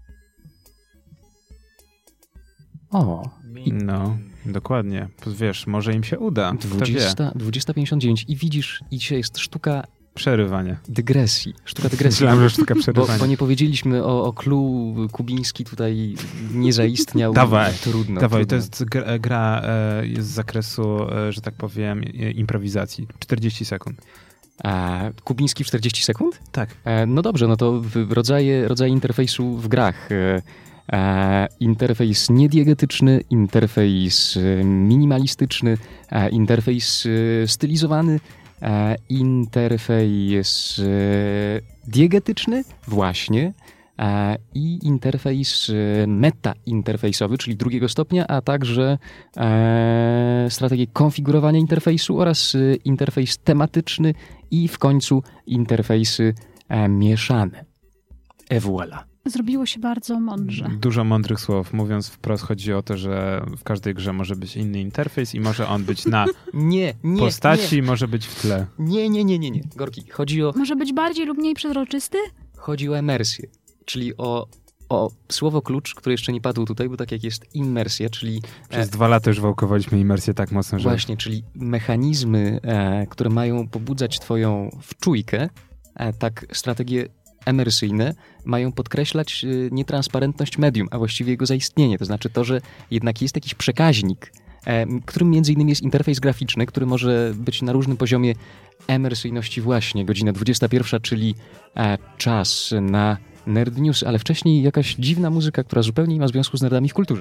O, No, dokładnie. Wiesz, może im się uda. Kto wie? dwudziesta, dwudziesta pięćdziesiąt dziewięć i widzisz, i dzisiaj jest sztuka Przerywanie. dygresji. Sztuka dygresji. Myślałem, że sztuka Bo, przerywania. bo nie powiedzieliśmy o, o clue, Kubiński tutaj nie zaistniał. Dawaj, trudno. Dawaj, trudno. to jest gra, gra e, jest z zakresu, e, że tak powiem, e, improwizacji. czterdzieści sekund. A Kubiński w czterdzieści sekund? Tak. E, no dobrze, no to w- rodzaje, rodzaje interfejsu w grach. E, e, interfejs niediegetyczny, interfejs e, minimalistyczny, e, interfejs e, stylizowany, e, interfejs e, diegetyczny, właśnie, e, i interfejs e, meta-interfejsowy, czyli drugiego stopnia, a także e, strategię konfigurowania interfejsu oraz e, interfejs tematyczny i w końcu interfejsy e, mieszane. Et voilà. Zrobiło się bardzo mądrze. Dużo mądrych słów. Mówiąc wprost, chodzi o to, że w każdej grze może być inny interfejs i może on być na Nie, nie, postaci, może być w tle. nie, nie, nie, nie, nie. Gorki, chodzi o, Może być bardziej lub mniej przezroczysty? chodzi o emersję, czyli o, o słowo klucz, które jeszcze nie padło tutaj, bo tak jak jest immersja, czyli Przez dwa lata już wałkowaliśmy imersję tak mocno, że... właśnie, czyli mechanizmy, e, które mają pobudzać twoją wczujkę, e, tak strategie emersyjne mają podkreślać e, nietransparentność medium, a właściwie jego zaistnienie. To znaczy to, że jednak jest jakiś przekaźnik, e, którym między innymi jest interfejs graficzny, który może być na różnym poziomie emersyjności właśnie. Godzina dwudziesta pierwsza, czyli e, czas na Nerd News, ale wcześniej jakaś dziwna muzyka, która zupełnie nie ma związku z nerdami w kulturze.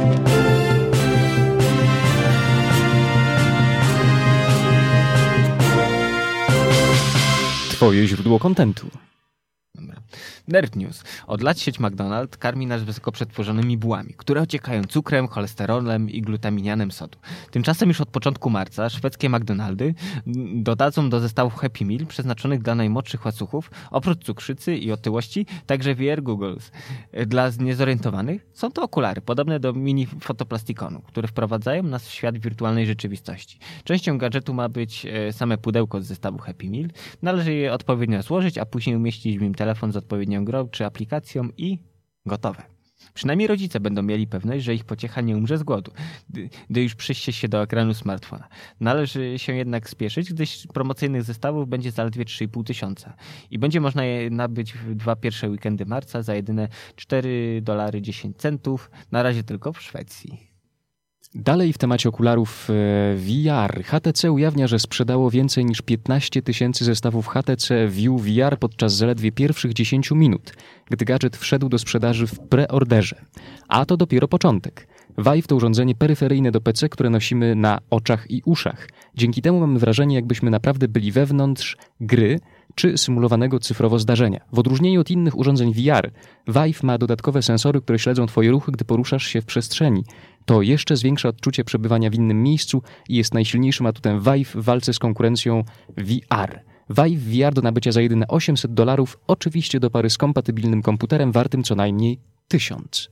Twoje źródło kontentu. Dobra. Nerd News. Od lat sieć McDonald's karmi nas wysoko przetworzonymi bułami, które ociekają cukrem, cholesterolem i glutaminianem sodu. Tymczasem już od początku marca szwedzkie McDonaldy dodadzą do zestawów Happy Meal przeznaczonych dla najmłodszych łacuchów, oprócz cukrzycy i otyłości, także V R Googles. Dla niezorientowanych są to okulary, podobne do mini fotoplastikonu, które wprowadzają nas w świat wirtualnej rzeczywistości. Częścią gadżetu ma być same pudełko z zestawu Happy Meal. Należy je odpowiednio złożyć, a później umieścić w nim telefon z odpowiednią grą czy aplikacją i gotowe. Przynajmniej rodzice będą mieli pewność, że ich pociecha nie umrze z głodu, gdy, gdy już przyjście się do ekranu smartfona. Należy się jednak spieszyć, gdyż promocyjnych zestawów będzie zaledwie trzy i pół tysiąca i będzie można je nabyć w dwa pierwsze weekendy marca za jedyne cztery dolary dziesięć centów, na razie tylko w Szwecji. Dalej w temacie okularów V R. H T C ujawnia, że sprzedało więcej niż piętnaście tysięcy zestawów H T C View V R podczas zaledwie pierwszych dziesięciu minut, gdy gadżet wszedł do sprzedaży w preorderze. A to dopiero początek. Vive to urządzenie peryferyjne do P C, które nosimy na oczach i uszach. Dzięki temu mamy wrażenie, jakbyśmy naprawdę byli wewnątrz gry czy symulowanego cyfrowo zdarzenia. W odróżnieniu od innych urządzeń V R, Vive ma dodatkowe sensory, które śledzą Twoje ruchy, gdy poruszasz się w przestrzeni. To jeszcze zwiększa odczucie przebywania w innym miejscu i jest najsilniejszym atutem Vive w walce z konkurencją V R. Vive V R do nabycia za jedyne osiemset dolarów, oczywiście do pary z kompatybilnym komputerem wartym co najmniej tysiąc.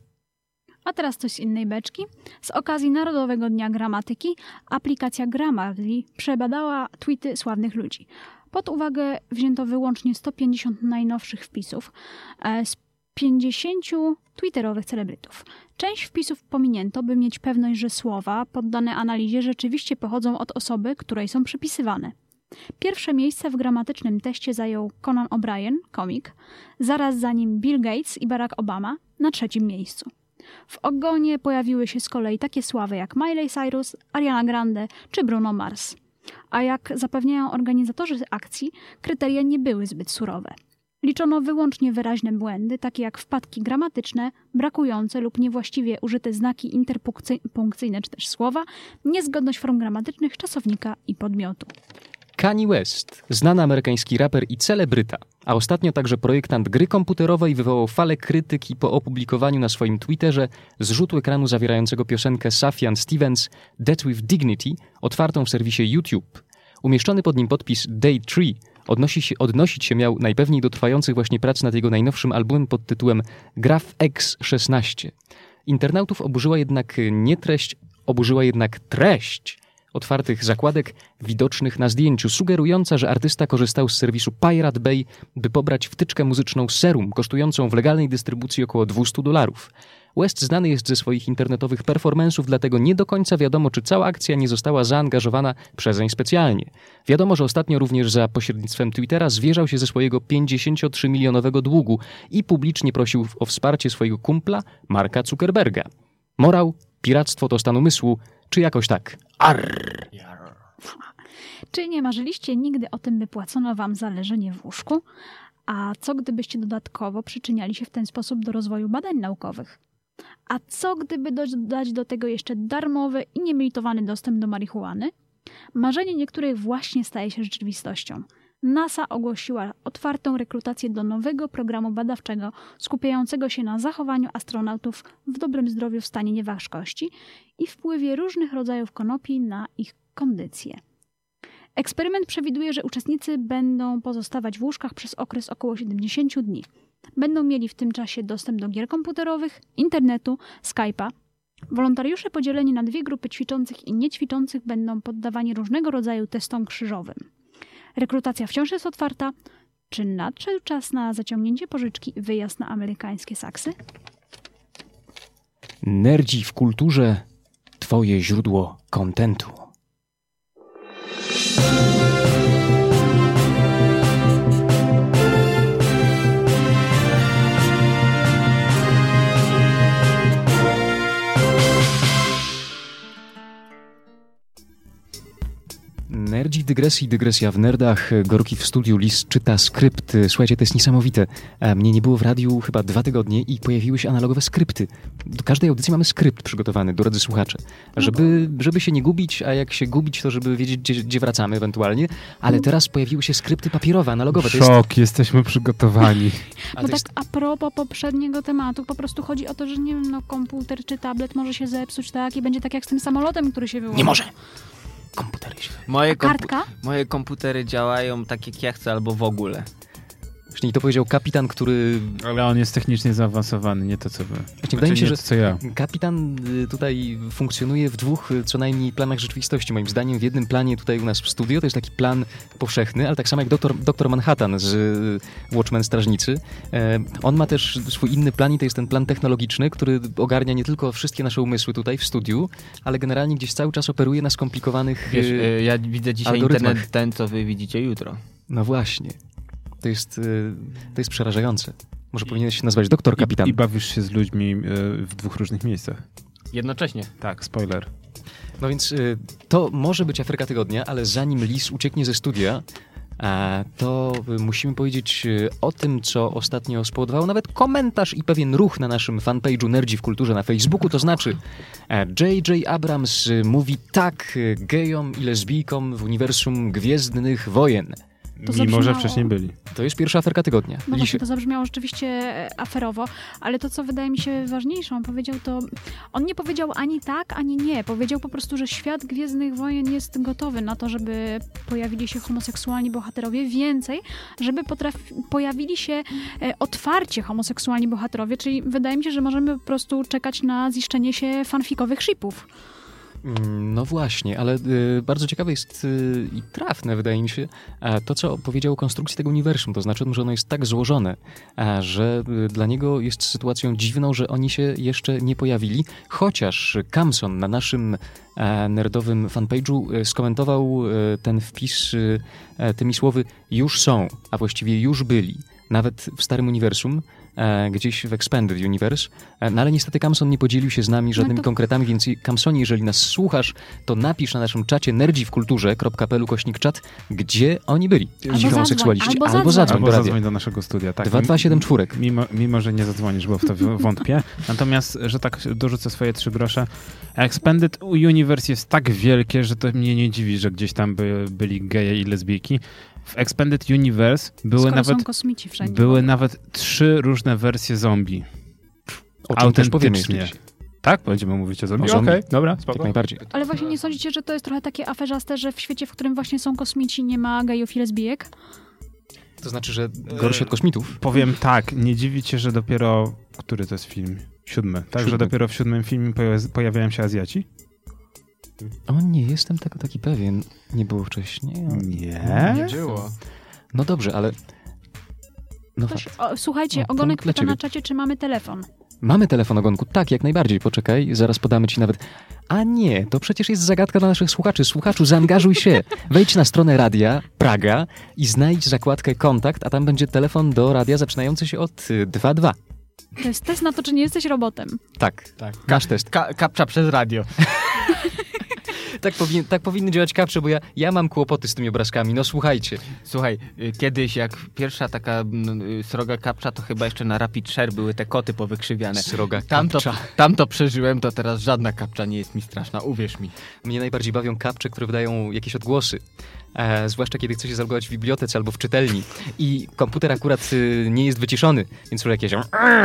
A teraz coś z innej beczki. Z okazji Narodowego Dnia Gramatyki aplikacja Grammarly przebadała tweety sławnych ludzi. Pod uwagę wzięto wyłącznie sto pięćdziesiąt najnowszych wpisów z pięćdziesięciu twitterowych celebrytów. Część wpisów pominięto, by mieć pewność, że słowa poddane analizie rzeczywiście pochodzą od osoby, której są przypisywane. Pierwsze miejsce w gramatycznym teście zajął Conan O'Brien, komik, zaraz za nim Bill Gates i Barack Obama na trzecim miejscu. W ogonie pojawiły się z kolei takie sławy jak Miley Cyrus, Ariana Grande czy Bruno Mars. A jak zapewniają organizatorzy akcji, kryteria nie były zbyt surowe. Liczono wyłącznie wyraźne błędy, takie jak wpadki gramatyczne, brakujące lub niewłaściwie użyte znaki interpunkcyjne czy też słowa, niezgodność form gramatycznych, czasownika i podmiotu. Kanye West, znany amerykański raper i celebryta, a ostatnio także projektant gry komputerowej, wywołał falę krytyki po opublikowaniu na swoim Twitterze zrzutu ekranu zawierającego piosenkę Sufjan Stevens Death with Dignity, otwartą w serwisie YouTube. Umieszczony pod nim podpis Day trzy odnosi się, odnosić się miał najpewniej do trwających właśnie prac nad jego najnowszym albumem pod tytułem Graph X szesnaście. Internautów oburzyła jednak nie treść, oburzyła jednak treść otwartych zakładek widocznych na zdjęciu, sugerująca, że artysta korzystał z serwisu Pirate Bay, by pobrać wtyczkę muzyczną Serum, kosztującą w legalnej dystrybucji około dwieście dolarów. West znany jest ze swoich internetowych performance'ów, dlatego nie do końca wiadomo, czy cała akcja nie została zaangażowana przezeń specjalnie. Wiadomo, że ostatnio również za pośrednictwem Twittera zwierzał się ze swojego pięćdziesięciotrzymilionowego długu i publicznie prosił o wsparcie swojego kumpla Marka Zuckerberga. Morał, piractwo to stan umysłu, czy jakoś tak. Arr. Czy nie marzyliście nigdy o tym, by płacono wam za leżenie w łóżku? A co gdybyście dodatkowo przyczyniali się w ten sposób do rozwoju badań naukowych? A co gdyby dodać do tego jeszcze darmowy i niemilitowany dostęp do marihuany? Marzenie niektórych właśnie staje się rzeczywistością. NASA ogłosiła otwartą rekrutację do nowego programu badawczego skupiającego się na zachowaniu astronautów w dobrym zdrowiu w stanie nieważkości i wpływie różnych rodzajów konopi na ich kondycję. Eksperyment przewiduje, że uczestnicy będą pozostawać w łóżkach przez okres około siedemdziesięciu dni. Będą mieli w tym czasie dostęp do gier komputerowych, internetu, Skype'a. Wolontariusze podzieleni na dwie grupy ćwiczących i niećwiczących będą poddawani różnego rodzaju testom krzyżowym. Rekrutacja wciąż jest otwarta. Czy nadszedł czas na zaciągnięcie pożyczki i wyjazd na amerykańskie saksy? Nerdzi w kulturze, twoje źródło kontentu. Nerdzi dygresji, dygresja w nerdach. Gorki w studiu, Lis czyta skrypt. Słuchajcie, to jest niesamowite. Mnie nie było w radiu chyba dwa tygodnie i pojawiły się analogowe skrypty. Do każdej audycji mamy skrypt przygotowany, drodzy słuchacze. Żeby, żeby się nie gubić, a jak się gubić, to żeby wiedzieć, gdzie, gdzie wracamy ewentualnie. Ale teraz pojawiły się skrypty papierowe, analogowe. To Szok, jest... jesteśmy przygotowani. Bo tak jest... a propos poprzedniego tematu, po prostu chodzi o to, że nie wiem, no komputer czy tablet może się zepsuć, tak? I będzie tak jak z tym samolotem, który się wyłączy. Nie może! Komputery się... Moje, kartka? Moje komputery działają tak jak ja chcę albo w ogóle. właśnie, i to powiedział kapitan, który... Ale on jest technicznie zaawansowany, nie to co wy. Właśnie wydaje mi się, nie że to, co ja. kapitan y, tutaj funkcjonuje w dwóch y, co najmniej planach rzeczywistości. Moim zdaniem w jednym planie tutaj u nas w studio to jest taki plan powszechny, ale tak samo jak doktor, doktor Manhattan z y, Watchmen Strażnicy. E, on ma też swój inny plan i to jest ten plan technologiczny, który ogarnia nie tylko wszystkie nasze umysły tutaj w studiu, ale generalnie gdzieś cały czas operuje na skomplikowanych Wiesz, y, y, ja widzę dzisiaj algorytmach. internet ten, co wy widzicie jutro. No właśnie. To jest, y, to jest przerażające. Może powinieneś się nazwać doktor kapitan. I, I bawisz się z ludźmi y, w dwóch różnych miejscach. Jednocześnie. Tak, spoiler. No więc y, to może być Afryka Tygodnia, ale zanim Lis ucieknie ze studia, a, to y, musimy powiedzieć y, o tym, co ostatnio spowodowało nawet komentarz i pewien ruch na naszym fanpage'u Nerdzi w Kulturze na Facebooku, to znaczy J J Abrams y, mówi tak y, gejom i lesbijkom w uniwersum Gwiezdnych Wojen. To Mimo, zabrzmiało- że wcześniej byli. To jest pierwsza Afryka Tygodnia. No Lisie. właśnie, to zabrzmiało rzeczywiście e, aferowo, ale to, co wydaje mi się ważniejsze, on powiedział to... On nie powiedział ani tak, ani nie. Powiedział po prostu, że świat Gwiezdnych Wojen jest gotowy na to, żeby pojawili się homoseksualni bohaterowie. Więcej, żeby potraf- pojawili się e, otwarcie homoseksualni bohaterowie, czyli wydaje mi się, że możemy po prostu czekać na ziszczenie się fanfikowych shipów. No właśnie, ale y, bardzo ciekawe jest y, i trafne, wydaje mi się, a to, co powiedział o konstrukcji tego uniwersum. To znaczy, że ono jest tak złożone, a, że y, dla niego jest sytuacją dziwną, że oni się jeszcze nie pojawili, chociaż Kamson na naszym a, nerdowym fanpage'u y, skomentował y, ten wpis y, y, tymi słowy już są, a właściwie już byli. Nawet w starym uniwersum, e, gdzieś w Expanded Universe, e, no ale niestety Kamson nie podzielił się z nami żadnymi No to- konkretami, więc Kamsonie, jeżeli nas słuchasz, to napisz na naszym czacie nerdziwkulturze.pl kośnik czat, gdzie oni byli, Albo ci homoseksualiści. zadzwoń, albo Albo zadzwoń Albo do radia. zadzwoń do naszego studia. Tak. dwa dwa siedem cztery. Mimo, mimo, że nie zadzwonisz, bo w to wątpię. Natomiast, że tak dorzucę swoje trzy grosze. Expanded Universe jest tak wielkie, że to mnie nie dziwi, że gdzieś tam by, byli geje i lesbijki. W Expanded Universe były Skoro nawet, są kosmici wszędzie. były nawet trzy różne wersje zombie. O czym też powiemy Autentycznie. jeszcze. Tak? Będziemy mówić o zombie? O zombie. Okej, dobra, Jak spoko. najbardziej. Ale właśnie nie sądzicie, że to jest trochę takie aferzaste, że w świecie, w którym właśnie są kosmici, nie ma gejów i lesbijek? To znaczy, że gorsi od kosmitów. Powiem tak, nie dziwi cię, że dopiero... Który to jest film? Siódmy. Tak, Siódmy. że dopiero w siódmym filmie poja- pojawiają się Azjaci? O, nie jestem tego taki pewien. Nie było wcześniej. Nie. Nie było. No dobrze, ale... No Ktoś, fakt. o, słuchajcie, O, Ogonek punkt dla pyta na ciebie. czacie, czy mamy telefon. Mamy telefon, Ogonku. Tak, jak najbardziej. Poczekaj, zaraz podamy ci nawet... A nie, to przecież jest zagadka dla naszych słuchaczy. Słuchaczu, zaangażuj się. Wejdź na stronę Radia Praga i znajdź zakładkę Kontakt, a tam będzie telefon do radia zaczynający się od y, dwa dwa. To jest test na to, czy nie jesteś robotem. Tak, Tak. nasz test. Ka- kapcza przez radio. Tak, powin, tak powinny działać kapcze, bo ja, ja mam kłopoty z tymi obrazkami. No słuchajcie. Słuchaj, y, kiedyś jak pierwsza taka mm, y, sroga kapcza, to chyba jeszcze na Rapid Share były te koty powykrzywiane. Sroga Tamto, kapcza. tamto przeżyłem, to teraz żadna kapcza nie jest mi straszna, uwierz mi. Mnie najbardziej bawią kapcze, które wydają jakieś odgłosy. E, zwłaszcza kiedy chce się zalogować w bibliotece albo w czytelni. I komputer akurat y, nie jest wyciszony, więc słyszę jakieś...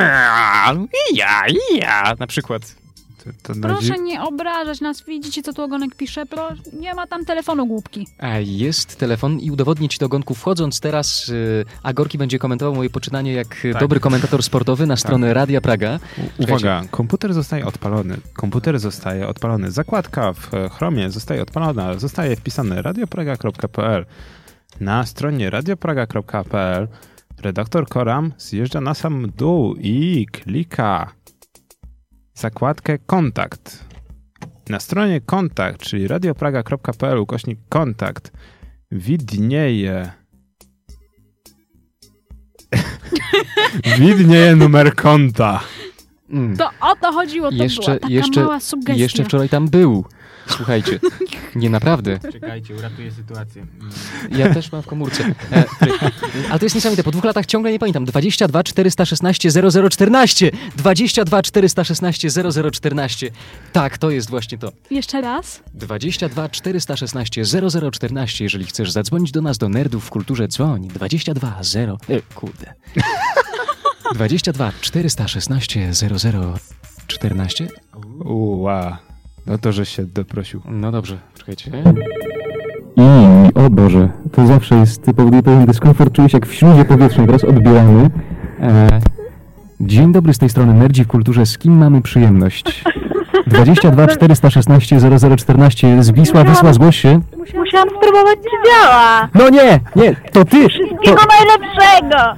Ja, ja, na przykład. To, to Proszę nadzi- nie obrażać nas. Widzicie, co tu Ogonek pisze? Pro... Nie ma tam telefonu, głupki. A jest telefon i udowodnię ci do ogonku wchodząc teraz, y, a Gorki będzie komentował moje poczynanie jak y, Tak. dobry komentator sportowy na stronę Radia Praga. U- Uwaga, komputer zostaje odpalony. Komputer zostaje odpalony. Zakładka w e, Chromie zostaje odpalona. Zostaje wpisane radiopraga kropka p l. Na stronie radiopraga kropka p l redaktor Koram zjeżdża na sam dół i klika zakładkę kontakt. Na stronie kontakt, czyli radiopraga kropka p l ukośnik kontakt widnieje widnieje numer konta. Mm. To o to chodziło, to Jeszcze- była taka jeszcze- mała sugestia. Jeszcze wczoraj tam był. Słuchajcie, nie naprawdę. Czekajcie, uratuję sytuację. Ja też mam w komórce. E, ale to jest niesamowite, po dwóch latach ciągle nie pamiętam. dwadzieścia dwa czterysta szesnaście zero zero czternaście dwadzieścia dwa czterysta szesnaście zero zero czternaście. Tak, to jest właśnie to. Jeszcze raz? dwadzieścia dwa czterysta szesnaście zero zero czternaście. Jeżeli chcesz zadzwonić do nas, do Nerdów w Kulturze, dzwoń. dwadzieścia dwa zero... E, kurde. dwadzieścia dwa czterysta szesnaście zero zero czternaście? Uła. No to, że się doprosił. No dobrze, czekajcie. I, o Boże, to zawsze jest, powoduje pewien dyskomfort. Czuję się jak w śluzie powietrznej, teraz odbieramy. E, dzień dobry, z tej strony Nerdzi w Kulturze. Z kim mamy przyjemność? dwadzieścia dwa czterysta szesnaście zero zero czternaście z Wisła, Wisła, zgłoś się. Musiałam spróbować, czy działa. No nie, nie, to ty! To... Wszystkiego najlepszego!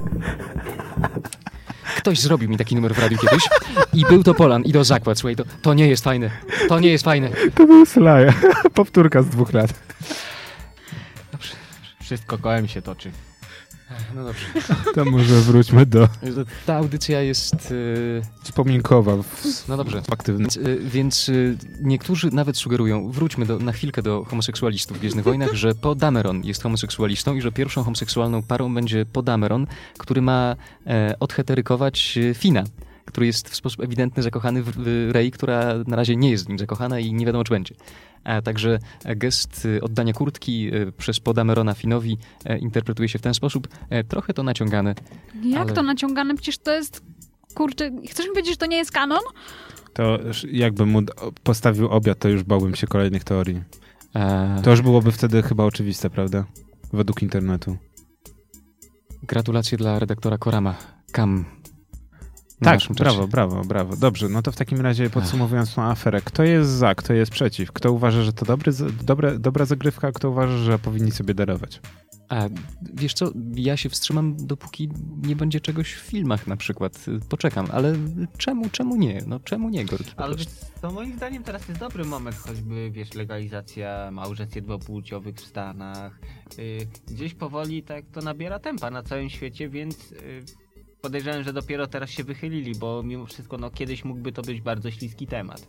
Ktoś zrobił mi taki numer w radiu kiedyś i był to Polan i do zakład, słuchaj, to, to nie jest fajne, to nie jest fajne. To był Slayer. Powtórka z dwóch lat. Dobrze. Wszystko kołem się toczy. No dobrze. To może wróćmy do... Ta audycja jest... Yy... Wspominkowa. W... No dobrze. Aktywna. Więc, yy, więc yy, niektórzy nawet sugerują, wróćmy do, na chwilkę do homoseksualistów w Gwiezdnych Wojnach, że Podameron jest homoseksualistą i że pierwszą homoseksualną parą będzie Podameron, który ma e, odheterykować Fina, który jest w sposób ewidentny zakochany w, w Rey, która na razie nie jest w nim zakochana i nie wiadomo, czy będzie. A także gest oddania kurtki przez Podamerona Finowi interpretuje się w ten sposób. Trochę to naciągane. Jak ale... to naciągane? Przecież to jest... Kurczę, chcesz mi powiedzieć, że to nie jest kanon? To jakbym mu postawił obiad, to już bałbym się kolejnych teorii. A... To już byłoby wtedy chyba oczywiste, prawda? Według internetu. Gratulacje dla redaktora Korama. Kam. Tak, brawo, brawo, brawo. Dobrze, no to w takim razie podsumowując tą aferę, kto jest za, kto jest przeciw? Kto uważa, że to dobry, dobre, dobra zagrywka, kto uważa, że powinni sobie darować? A wiesz co, ja się wstrzymam, dopóki nie będzie czegoś w filmach na przykład. Poczekam, ale czemu, czemu nie? No czemu nie, Gorki? Ale to moim zdaniem teraz jest dobry moment, choćby, wiesz, legalizacja małżeństw jednopłciowych w Stanach. Yy, gdzieś powoli tak to nabiera tempa na całym świecie, więc... Yy, podejrzewam, że dopiero teraz się wychylili, bo mimo wszystko no, kiedyś mógłby to być bardzo śliski temat.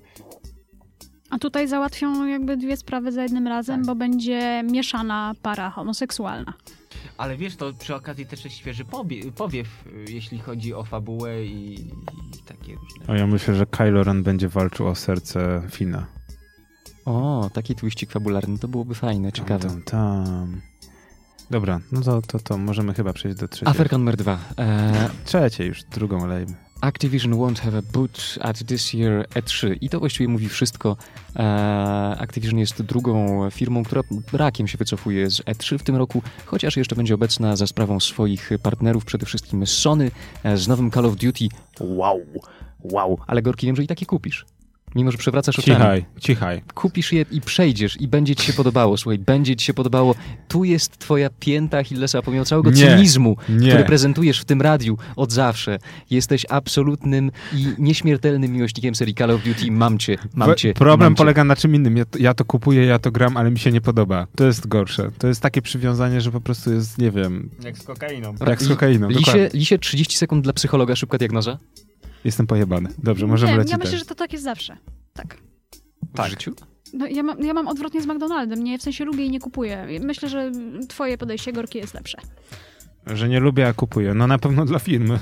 A tutaj załatwią jakby dwie sprawy za jednym razem, Tak. bo będzie mieszana para homoseksualna. Ale wiesz, to przy okazji też jest świeży pobie- powiew, jeśli chodzi o fabułę i, i takie różne... A ja myślę, że Kylo Ren będzie walczył o serce Fina. O, taki twiścik fabularny, to byłoby fajne, ciekawe. Tam, tam. Dobra, no to, to, to możemy chyba przejść do trzeciej. Aferka numer dwa. E, Trzeciej już, drugą olejmy. Activision won't have a boot at this year E trzy. I to właściwie mówi wszystko. E, Activision jest drugą firmą, która rakiem się wycofuje z E trzy w tym roku, chociaż jeszcze będzie obecna za sprawą swoich partnerów, przede wszystkim Sony, e, z nowym Call of Duty. Wow, wow. Ale Gorki, wiem, że i takie kupisz. Mimo, że przewracasz oczami. Cichaj, cichaj. Kupisz je i przejdziesz i będzie ci się podobało. Słuchaj, będzie ci się podobało. Tu jest twoja pięta Achillesa, pomimo całego Nie, cynizmu, nie. który prezentujesz w tym radiu od zawsze. Jesteś absolutnym i nieśmiertelnym miłośnikiem serii Call of Duty. Mam cię, mam cię. Problem mam cię. polega na czym innym. Ja to, ja to kupuję, ja to gram, ale mi się nie podoba. To jest gorsze. To jest takie przywiązanie, że po prostu jest, nie wiem, Jak z kokainą. jak z kokainą. Lisie, Dokładnie. lisie trzydzieści sekund dla psychologa, szybka diagnoza. Jestem pojebany. Dobrze, możemy nie, lecieć ja myślę, dalej. że to tak jest zawsze. Tak. Tak. W życiu? No, ja, mam, ja mam odwrotnie z McDonaldem. Nie, w sensie lubię i nie kupuję. Myślę, że twoje podejście, Gorki, jest lepsze. Że nie lubię, a kupuję. No na pewno dla firmy.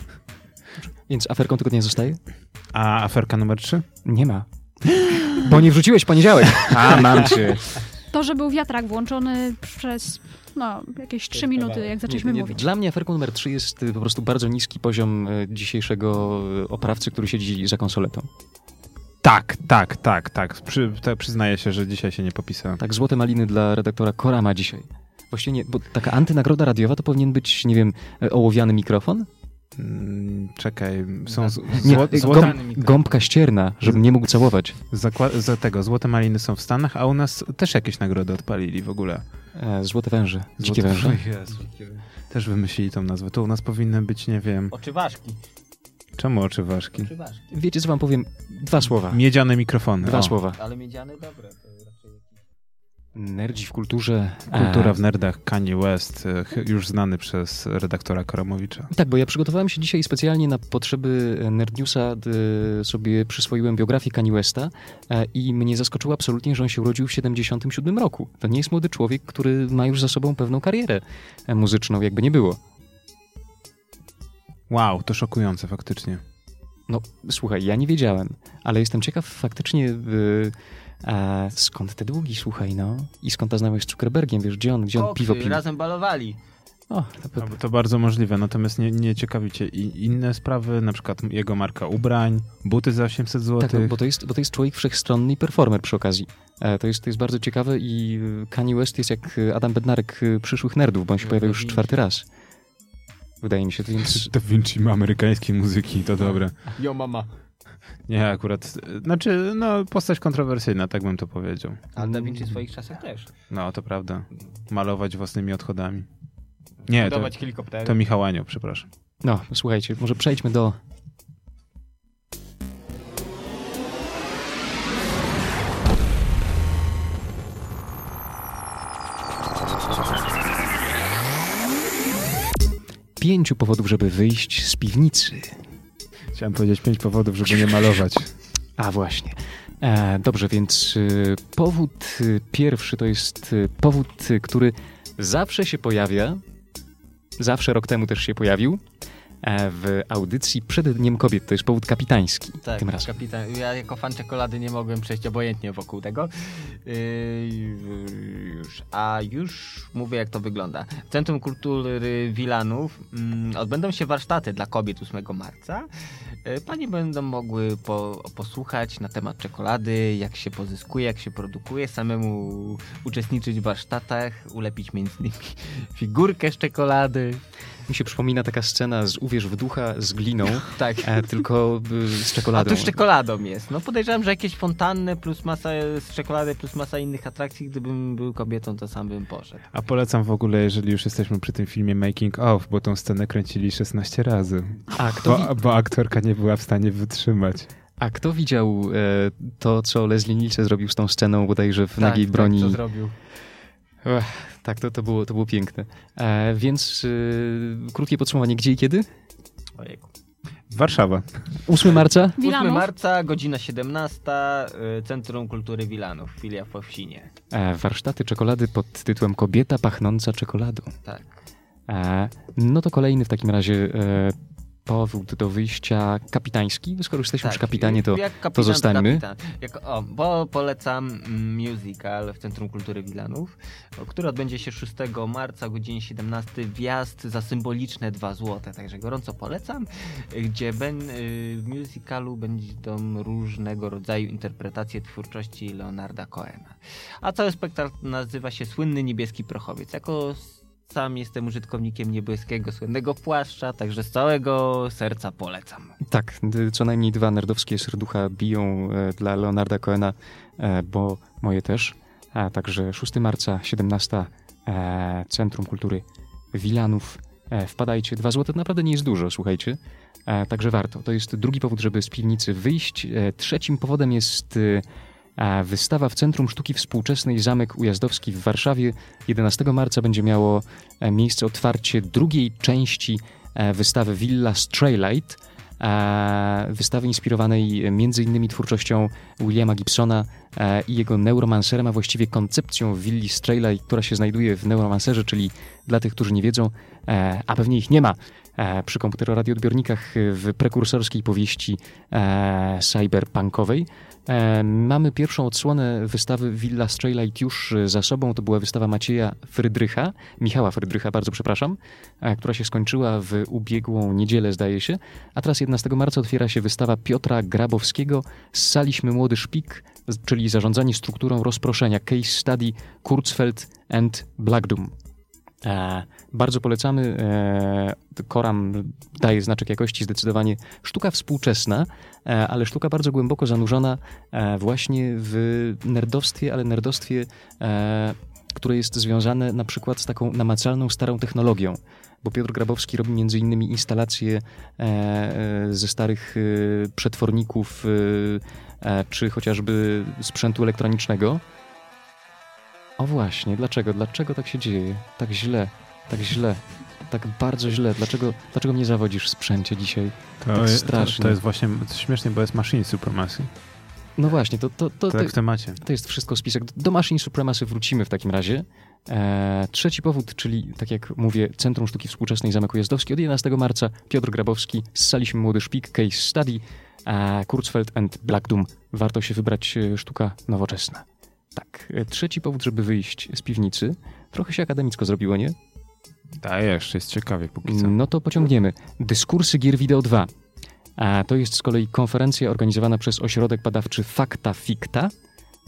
Więc aferką tygodnia zostaje? A aferka numer trzy? Nie ma. Bo nie wrzuciłeś w poniedziałek. A, mam cię. To, że był wiatrak włączony przez no, jakieś trzy minuty, jak zaczęliśmy Nie, nie, mówić. Dla mnie aferką numer trzy jest y, po prostu bardzo niski poziom y, dzisiejszego y, oprawcy, który siedzi za konsoletą. Tak, tak, tak, tak. Przy, te, przyznaję się, że dzisiaj się nie popisałem. Tak, złote maliny dla redaktora Korama dzisiaj. Właściwie nie, bo taka antynagroda radiowa to powinien być, nie wiem, y, ołowiany mikrofon? Mm, czekaj, są z, Nie, zło, y, złote, gąb, gąbka ścierna, żebym nie mógł całować. zakła- za tego, złote maliny są w Stanach, a u nas też jakieś nagrody odpalili w ogóle. E, złote węże, dzikie Złote- węże. O Jezu. Też wymyślili tą nazwę. To u nas powinny być, nie wiem, Oczyważki. czemu oczy ważki? Oczyważki. Wiecie, co wam powiem? Dwa słowa. Miedziane mikrofony. Dwa o. słowa. Ale miedziane dobre. To raczej jakiś... Nerdzi w kulturze. Kultura E, w nerdach, Kanye West, e, ch- już znany przez redaktora Koramowicza. Tak, bo ja przygotowałem się dzisiaj specjalnie na potrzeby Nerd Newsa, y, sobie przyswoiłem biografię Kanye Westa e, i mnie zaskoczyło absolutnie, że on się urodził w siedemdziesiątym siódmym roku. To nie jest młody człowiek, który ma już za sobą pewną karierę e, muzyczną, jakby nie było. Wow, to szokujące faktycznie. No, słuchaj, ja nie wiedziałem, ale jestem ciekaw faktycznie y, a skąd te długi, słuchaj, no. I skąd ta znajomość z Zuckerbergiem, wiesz, gdzie on, gdzie on Koksy, piwo pił. razem balowali. O, to, To, to bardzo możliwe, natomiast nie, nie ciekawi cię i inne sprawy, na przykład jego marka ubrań, buty za osiemset tak, złotych. no, bo, to jest, bo to jest człowiek wszechstronny i performer przy okazji. E, to, jest, to jest bardzo ciekawe i Kanye West jest jak Adam Bednarek przyszłych nerdów, bo on się pojawia już czwarty raz. Wydaje mi się, to więc... Da Vinci ma amerykańskiej muzyki, to dobre. Yo mama. Nie, akurat, znaczy, no, postać kontrowersyjna, tak bym to powiedział. Ale Da Vinci w swoich czasach też. No, to prawda. Malować własnymi odchodami. Nie, to, Budować helikoptery. to Michał Anioł, przepraszam. No, słuchajcie, może przejdźmy do... Pięciu powodów, żeby wyjść z piwnicy. Chciałem powiedzieć pięć powodów, żeby nie malować. A właśnie. E, dobrze, więc y, powód y, pierwszy to jest y, powód, y, który zawsze się pojawia, zawsze rok temu też się pojawił, e, w audycji przed Dniem Kobiet. To jest powód kapitański Tak, tym razem. kapitan. Ja jako fan czekolady nie mogłem przejść obojętnie wokół tego. Yy, już. A już mówię, jak to wygląda. W Centrum Kultury Wilanów mm, odbędą się warsztaty dla kobiet ósmego marca. Yy, Panie będą mogły po, posłuchać na temat czekolady, jak się pozyskuje, jak się produkuje, samemu uczestniczyć w warsztatach, ulepić między innymi figurkę z czekolady. Mi się przypomina taka scena z Uwierz w ducha z gliną, Tak. e, tylko y, z A czekoladą. tu z czekoladą jest. No podejrzewam, że jakieś fontanny plus masa z czekolady plus masa innych atrakcji. Gdybym był kobietą, to sam bym poszedł. A polecam w ogóle, jeżeli już jesteśmy przy tym filmie Making of, bo tą scenę kręcili szesnaście razy. A kto, wi- Bo, bo aktorka nie była w stanie wytrzymać. a kto widział e, to, co Leslie Nielsen zrobił z tą sceną bodajże w Tak, Nagiej Broni? Tak, co zrobił. Ech, tak, to, to, było, to było piękne. E, więc e, krótkie podsumowanie, gdzie i kiedy? Ojejku. Warszawa. ósmego marca? ósmego Wilanów. marca, godzina siedemnasta, y, Centrum Kultury Wilanów, filia w Powsinie. E, warsztaty czekolady pod tytułem Kobieta pachnąca czekoladą. Tak. E, no to kolejny w takim razie e, powód do wyjścia kapitański. Skoro już jesteśmy tak. przy kapitanie, to Jak kapitan, to zostańmy. kapitan. Jak, o, bo polecam mm, musical w Centrum Kultury Wilanów, o, który odbędzie się szóstego marca o godzinie siedemnastej. Wjazd za symboliczne dwa złote, także gorąco polecam, gdzie ben, y, w musicalu będą różnego rodzaju interpretacje twórczości Leonarda Cohena. A cały spektakl nazywa się Słynny Niebieski Prochowiec. Jako sam jestem użytkownikiem niebieskiego słynnego płaszcza, także z całego serca polecam. Tak, d- co najmniej dwa nerdowskie serducha biją e, dla Leonarda Cohena, e, bo moje też. A także szóstego marca, siedemnasta e, Centrum Kultury Wilanów. E, wpadajcie, dwa złote to naprawdę nie jest dużo, słuchajcie. E, także warto. To jest drugi powód, żeby z piwnicy wyjść. E, trzecim powodem jest e, wystawa w Centrum Sztuki Współczesnej Zamek Ujazdowski w Warszawie. jedenastego marca będzie miało e, miejsce otwarcie drugiej części e, wystawy Villa Straylight. E, wystawy inspirowanej między innymi twórczością Williama Gibsona e, i jego Neuromancerem, a właściwie koncepcją willi Straylight, która się znajduje w Neuromancerze, czyli dla tych, którzy nie wiedzą, e, a pewnie ich nie ma, e, przy komputeroradioodbiornikach w prekursorskiej powieści e, cyberpunkowej. E, mamy pierwszą odsłonę wystawy Villa Straylight już za sobą. To była wystawa Macieja Frydrycha, Michała Frydrycha, bardzo przepraszam, e, która się skończyła w ubiegłą niedzielę, zdaje się. A teraz jedenastego marca otwiera się wystawa Piotra Grabowskiego Ssaliśmy młody szpik, czyli zarządzanie strukturą rozproszenia, case study Kurzfeld and Blackdoom. E, bardzo polecamy. E, Koram daje znaczek jakości, zdecydowanie sztuka współczesna, e, ale sztuka bardzo głęboko zanurzona e, właśnie w nerdowstwie, ale nerdowstwie, e, które jest związane na przykład z taką namacalną, starą technologią. Bo Piotr Grabowski robi między innymi instalacje e, e, ze starych e, przetworników e, e, czy chociażby sprzętu elektronicznego. O właśnie, dlaczego? Dlaczego tak się dzieje? Tak źle, tak źle, tak bardzo źle. Dlaczego, dlaczego mnie zawodzisz w sprzęcie dzisiaj? To, Tak je- strasznie. to, to jest właśnie to śmiesznie, bo jest Machine Supremacy. No właśnie, to, to, to, To to, jak w temacie. to jest wszystko spisek. Do Machine Supremacy wrócimy w takim razie. E, trzeci powód, czyli tak jak mówię, Centrum Sztuki Współczesnej Zamek Ujazdowski od jedenastego marca. Piotr Grabowski, Ssaliśmy młody szpik, case study, e, Kurzfeld and Blackdoom. Warto się wybrać, e, sztuka nowoczesna. Tak, e, trzeci powód, żeby wyjść z piwnicy. Trochę się akademicko zrobiło, nie? Tak, jeszcze jest ciekawie póki co. No to pociągniemy. Dyskursy gier wideo dwa. A to jest z kolei konferencja organizowana przez ośrodek badawczy Fakta Ficta. E,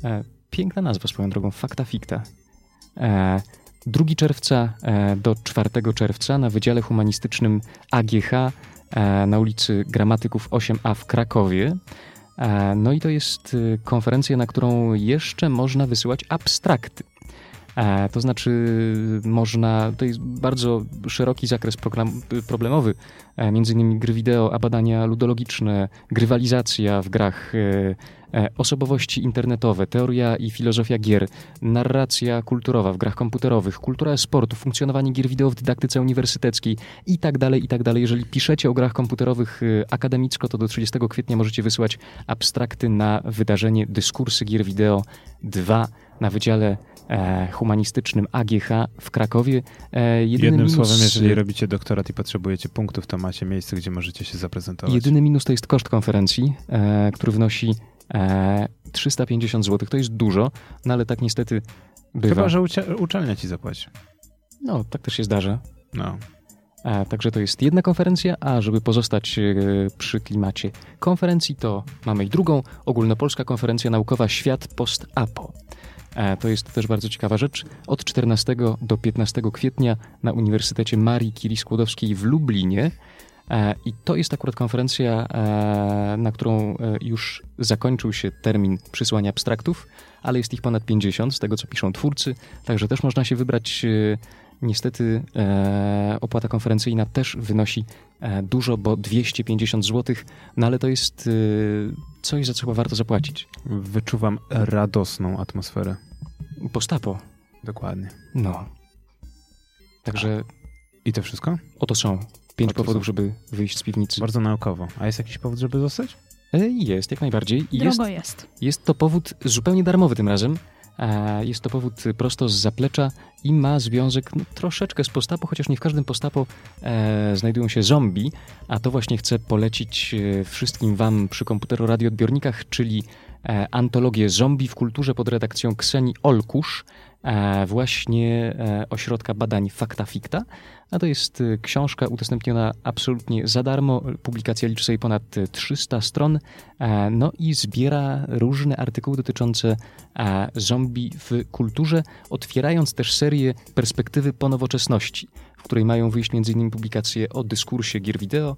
piękna nazwa swoją drogą, Fakta Ficta. E, drugiego czerwca e, do czwartego czerwca na Wydziale Humanistycznym A G H e, na ulicy Gramatyków osiem A w Krakowie. E, no i to jest e, konferencja, na którą jeszcze można wysyłać abstrakty. E, to znaczy można, to jest bardzo szeroki zakres program, problemowy, e, między innymi gry wideo, a badania ludologiczne, grywalizacja w grach, e, e, osobowości internetowe, teoria i filozofia gier, narracja kulturowa w grach komputerowych, kultura sportu, funkcjonowanie gier wideo w dydaktyce uniwersyteckiej i tak dalej, i tak dalej. Jeżeli piszecie o grach komputerowych e, akademicko, to do trzydziestego kwietnia możecie wysyłać abstrakty na wydarzenie Dyskursy Gier Wideo dwa na Wydziale e, Humanistycznym A G H w Krakowie. E, Jednym minus, słowem, jeżeli robicie doktorat i potrzebujecie punktów, to macie miejsce, gdzie możecie się zaprezentować. Jedyny minus to jest koszt konferencji, e, który wynosi e, trzysta pięćdziesiąt złotych. To jest dużo, no ale tak niestety bywa. Chyba, że ucia- uczelnia ci zapłaci. No, tak też się zdarza. No. E, także to jest jedna konferencja, a żeby pozostać e, przy klimacie konferencji, to mamy i drugą, ogólnopolska konferencja naukowa Świat Post-Apo. E, to jest też bardzo ciekawa rzecz. Od czternastego do piętnastego kwietnia na Uniwersytecie Marii Curie-Skłodowskiej w Lublinie. E, I to jest akurat konferencja, e, na którą e, już zakończył się termin przysłania abstraktów, ale jest ich ponad pięćdziesiąt z tego, co piszą twórcy, także też można się wybrać. E, Niestety e, opłata konferencyjna też wynosi e, dużo, bo dwieście pięćdziesiąt złotych, no ale to jest e, coś, za co chyba warto zapłacić. Wyczuwam radosną atmosferę. Postapo. Dokładnie. No. Także I to wszystko? oto są pięć Oto powodów, są. żeby wyjść z piwnicy. Bardzo naukowo. A jest jakiś powód, żeby zostać? E, jest, jak najbardziej. I jest, Drogo jest. jest to powód zupełnie darmowy tym razem. E, jest to powód prosto z zaplecza i ma związek no, troszeczkę z postapo, chociaż nie w każdym postapo e, znajdują się zombie, a to właśnie chcę polecić e, wszystkim wam przy komputero radioodbiornikach, czyli e, antologię Zombie w kulturze pod redakcją Ksenii Olkusz, e, właśnie e, Ośrodka Badań Fakta Ficta. A to jest e, książka udostępniona absolutnie za darmo. Publikacja liczy sobie ponad e, trzysta stron, e, no i zbiera różne artykuły dotyczące e, zombie w kulturze, otwierając też serię Perspektywy po nowoczesności, w której mają wyjść między innymi publikacje o dyskursie gier wideo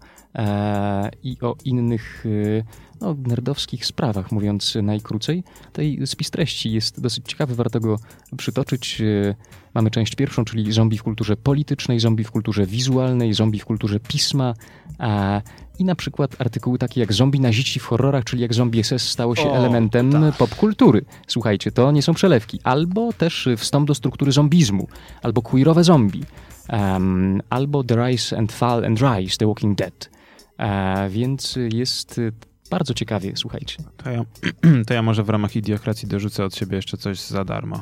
e, i o innych e, no, nerdowskich sprawach, mówiąc najkrócej. Tej spis treści jest dosyć ciekawy, warto go przytoczyć. E, mamy część pierwszą, czyli zombie w kulturze politycznej, zombie w kulturze wizualnej, zombie w kulturze pisma a, i na przykład artykuły takie jak zombie naziści w horrorach, czyli jak zombie S S stało się O, elementem tak. popkultury. Słuchajcie, to nie są przelewki. Albo też wstąp do struktury zombizmu, albo queerowe zombie, um, albo The Rise and Fall and Rise, The Walking Dead. E, więc jest bardzo ciekawie, słuchajcie. To ja, to ja może w ramach idiokracji dorzucę od siebie jeszcze coś za darmo.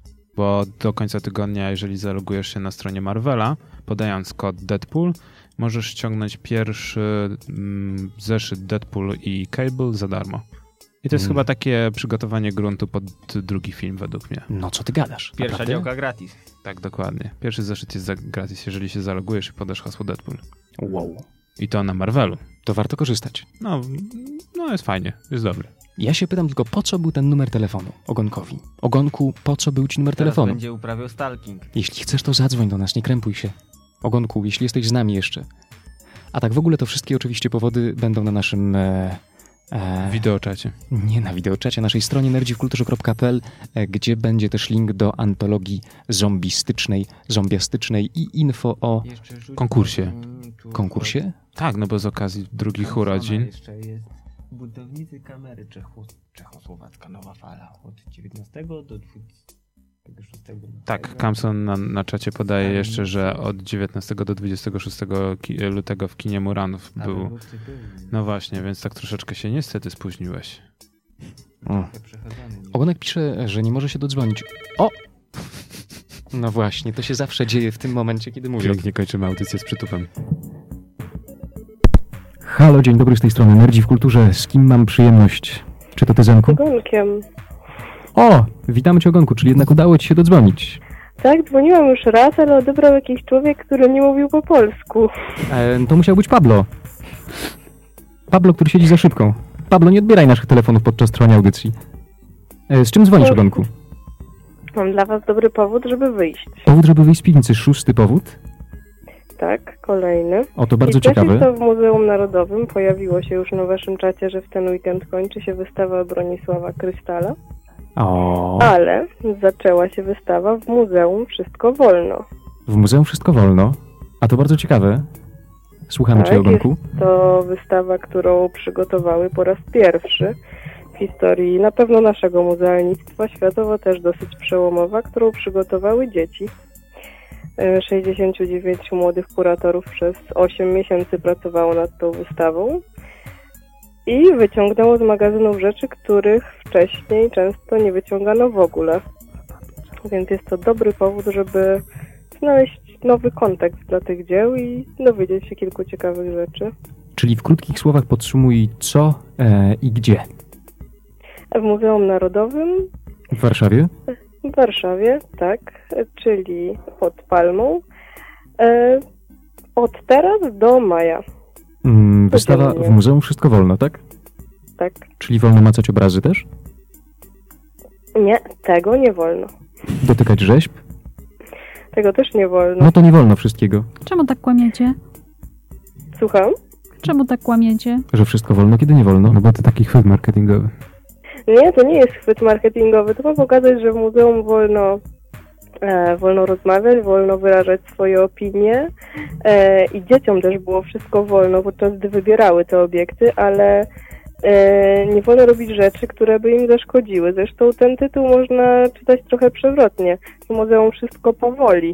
Bo do końca tygodnia, jeżeli zalogujesz się na stronie Marvela, podając kod Deadpool, możesz ściągnąć pierwszy mm, zeszyt Deadpool i Cable za darmo. I to jest Mm. chyba takie przygotowanie gruntu pod drugi film według mnie. No co ty gadasz? Pierwsza naprawdę? działka gratis. Tak, dokładnie. Pierwszy zeszyt jest za gratis, jeżeli się zalogujesz i podasz hasło Deadpool. Wow. I to na Marvelu. To warto korzystać. No, no jest fajnie, jest dobry. Ja się pytam tylko, po co był ten numer telefonu Ogonkowi? Ogonku, po co był ci numer Teraz telefonu? będzie uprawiał stalking. Jeśli chcesz, to zadzwoń do nas, nie krępuj się. Ogonku, jeśli jesteś z nami jeszcze. A tak w ogóle to wszystkie oczywiście powody będą na naszym... E, e, W wideoczacie. nie na wideoczacie, naszej stronie nerdziwkulturze kropka p l, e, gdzie będzie też link do antologii zombistycznej, zombiastycznej i info o Jeszcze rzuć Konkursie. mm, tu- konkursie. Tak, no bo z okazji drugich Kamsona urodzin. Jeszcze jest budownicy kamery Czecho, czechosłowacka nowa fala od dziewiętnastego do dwudziestego szóstego. Tak, Kamson na, na czacie podaje jeszcze, że od dziewiętnastego do dwudziestego szóstego ki- lutego w kinie Muranów był. No właśnie, więc tak troszeczkę się niestety spóźniłeś. O. Ogonek pisze, że nie może się dodzwonić. O! No właśnie, to się zawsze dzieje w tym momencie, kiedy mówię. Pięknie kończymy audycję z przytupem. Halo, dzień dobry, z tej strony Nerdzi w Kulturze. Z kim mam przyjemność? Czy to ty, Zenku? Ogonkiem. O! Witamy cię, Ogonku, czyli jednak udało ci się dodzwonić. Tak, dzwoniłam już raz, ale odebrał jakiś człowiek, który nie mówił po polsku. E, to musiał być Pablo. Pablo, który siedzi za szybką. Pablo, nie odbieraj naszych telefonów podczas trwania audycji. Z czym dzwonisz, Ogonku? Mam dla was dobry powód, żeby wyjść. Powód, żeby wyjść z piwnicy. Szósty powód? Tak, kolejny. O, to bardzo I też ciekawe. jest to w Muzeum Narodowym. Pojawiło się już na waszym czacie, że w ten weekend kończy się wystawa Bronisława Krystala. O. Ale zaczęła się wystawa w Muzeum Wszystko Wolno. W muzeum wszystko wolno. A to bardzo ciekawe. Słuchamy Tak, cię, Ogonku. jest to wystawa, którą przygotowały po raz pierwszy w historii na pewno naszego muzealnictwa, światowo też dosyć przełomowa, którą przygotowały dzieci. sześćdziesięciu dziewięciu młodych kuratorów przez osiem miesięcy pracowało nad tą wystawą i wyciągnęło z magazynów rzeczy, których wcześniej często nie wyciągano w ogóle. Więc jest to dobry powód, żeby znaleźć nowy kontekst dla tych dzieł i dowiedzieć się kilku ciekawych rzeczy. Czyli w krótkich słowach podsumuj co e, i gdzie. W Muzeum Narodowym W Warszawie? w Warszawie, tak, czyli pod Palmą, e, od teraz do maja, Mm, wystawa Codziennie. w muzeum wszystko wolno, tak? tak. Czyli wolno macać obrazy też? Nie, tego nie wolno. Dotykać rzeźb? Tego też nie wolno. No to nie wolno wszystkiego. Czemu tak kłamiecie? Słucham? Czemu tak kłamiecie? Że wszystko wolno, kiedy nie wolno? No bo to taki chwyt marketingowy. Nie, to nie jest chwyt marketingowy. To ma pokazać, że w muzeum wolno, e, wolno rozmawiać, wolno wyrażać swoje opinie e, i dzieciom też było wszystko wolno, podczas gdy wybierały te obiekty, ale e, nie wolno robić rzeczy, które by im zaszkodziły. Zresztą ten tytuł można czytać trochę przewrotnie. W muzeum wszystko powoli.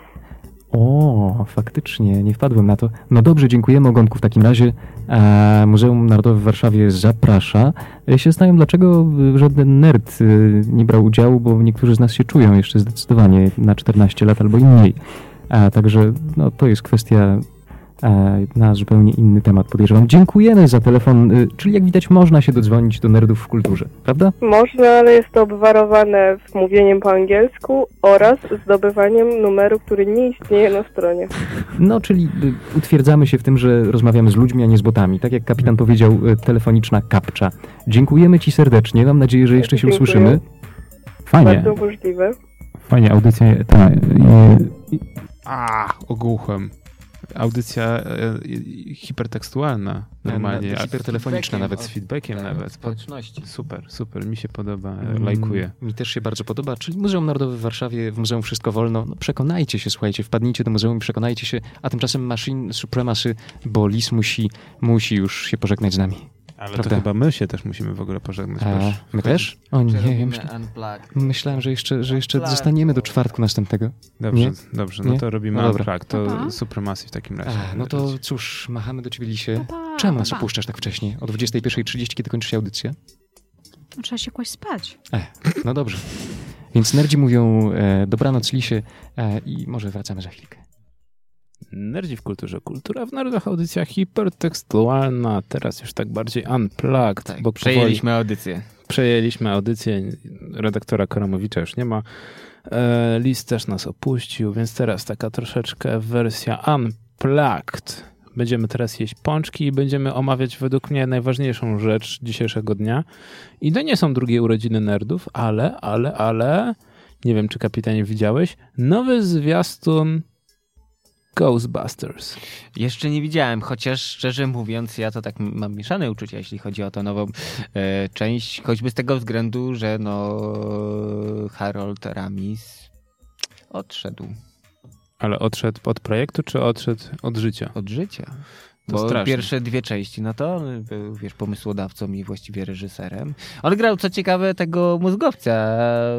O, faktycznie, nie wpadłem na to. No dobrze, dziękujemy, Ogonku. W takim razie e, Muzeum Narodowe w Warszawie zaprasza. Ja się zastanawiam, dlaczego żaden nerd e, nie brał udziału, bo niektórzy z nas się czują jeszcze zdecydowanie na czternaście lat albo i mniej. A, także no, to jest kwestia e, na zupełnie inny temat, podejrzewam. Dziękujemy za telefon, e, czyli jak widać można się dodzwonić do nerdów w kulturze, prawda? Można, ale jest to obwarowane mówieniem po angielsku oraz zdobywaniem numeru, który nie istnieje na stronie. No, czyli y, utwierdzamy się w tym, że rozmawiamy z ludźmi, a nie z botami. Tak jak kapitan powiedział, y, telefoniczna kapcza. Dziękujemy ci serdecznie. Mam nadzieję, że jeszcze się Dziękuję. usłyszymy. Fajnie. Bardzo możliwe. Fajnie, audycja... Ta, i, i, a, ogłuchem. Audycja e, i- hipertekstualna normalnie. Na- a- hipertelefoniczna nawet. Z feedbackiem Tak, nawet. społeczności. Super, super. Mi się podoba. e, Mm, Lajkuję. Mi też się bardzo podoba. Czyli Muzeum Narodowe w Warszawie, w Muzeum Wszystko Wolno. No, przekonajcie się, słuchajcie, wpadnijcie do muzeum i przekonajcie się. A tymczasem Machine Supremacy, bo Lis musi, musi już się pożegnać z nami. Ale prawda? to chyba my się też musimy w ogóle pożegnać. A, bo już my wchodzi- też? O nie, Robimy myślę, Unplugged. myślałem, że jeszcze, że jeszcze Unplugged. zostaniemy do czwartku następnego. Dobrze, Nie? dobrze. No Nie? to robimy No dobra. tak, to Pa, pa. Supremacy w takim razie. A, no to cóż, machamy do ciebie, Lisie. Pa, pa, Czemu nas pa. opuszczasz tak wcześnie? O dwudziestej pierwszej trzydzieści, kiedy kończy się audycja? Trzeba się kłaść spać. E, no dobrze. Więc nerdzi mówią e, dobranoc, Lisie e, i może wracamy za chwilkę. Nerdzi w kulturze. Kultura w narodach, audycja hipertekstualna. Teraz już tak bardziej unplugged. Tak, bo przejęliśmy audycję. powoli Przejęliśmy audycję. Redaktora Koramowicza już nie ma. E, List też nas opuścił, więc teraz taka troszeczkę wersja unplugged. Będziemy teraz jeść pączki i będziemy omawiać według mnie najważniejszą rzecz dzisiejszego dnia. I to nie są drugie urodziny nerdów, ale, ale, ale nie wiem, czy kapitanie widziałeś, nowy zwiastun Ghostbusters. Jeszcze nie widziałem, chociaż szczerze mówiąc, ja to tak mam mieszane uczucia, jeśli chodzi o tę nową e, część, choćby z tego względu, że no Harold Ramis odszedł Ale odszedł od projektu, czy odszedł od życia? od życia. To Bo straszne. pierwsze dwie części, no to był, wiesz, pomysłodawcą i właściwie reżyserem. On grał, co ciekawe, tego mózgowca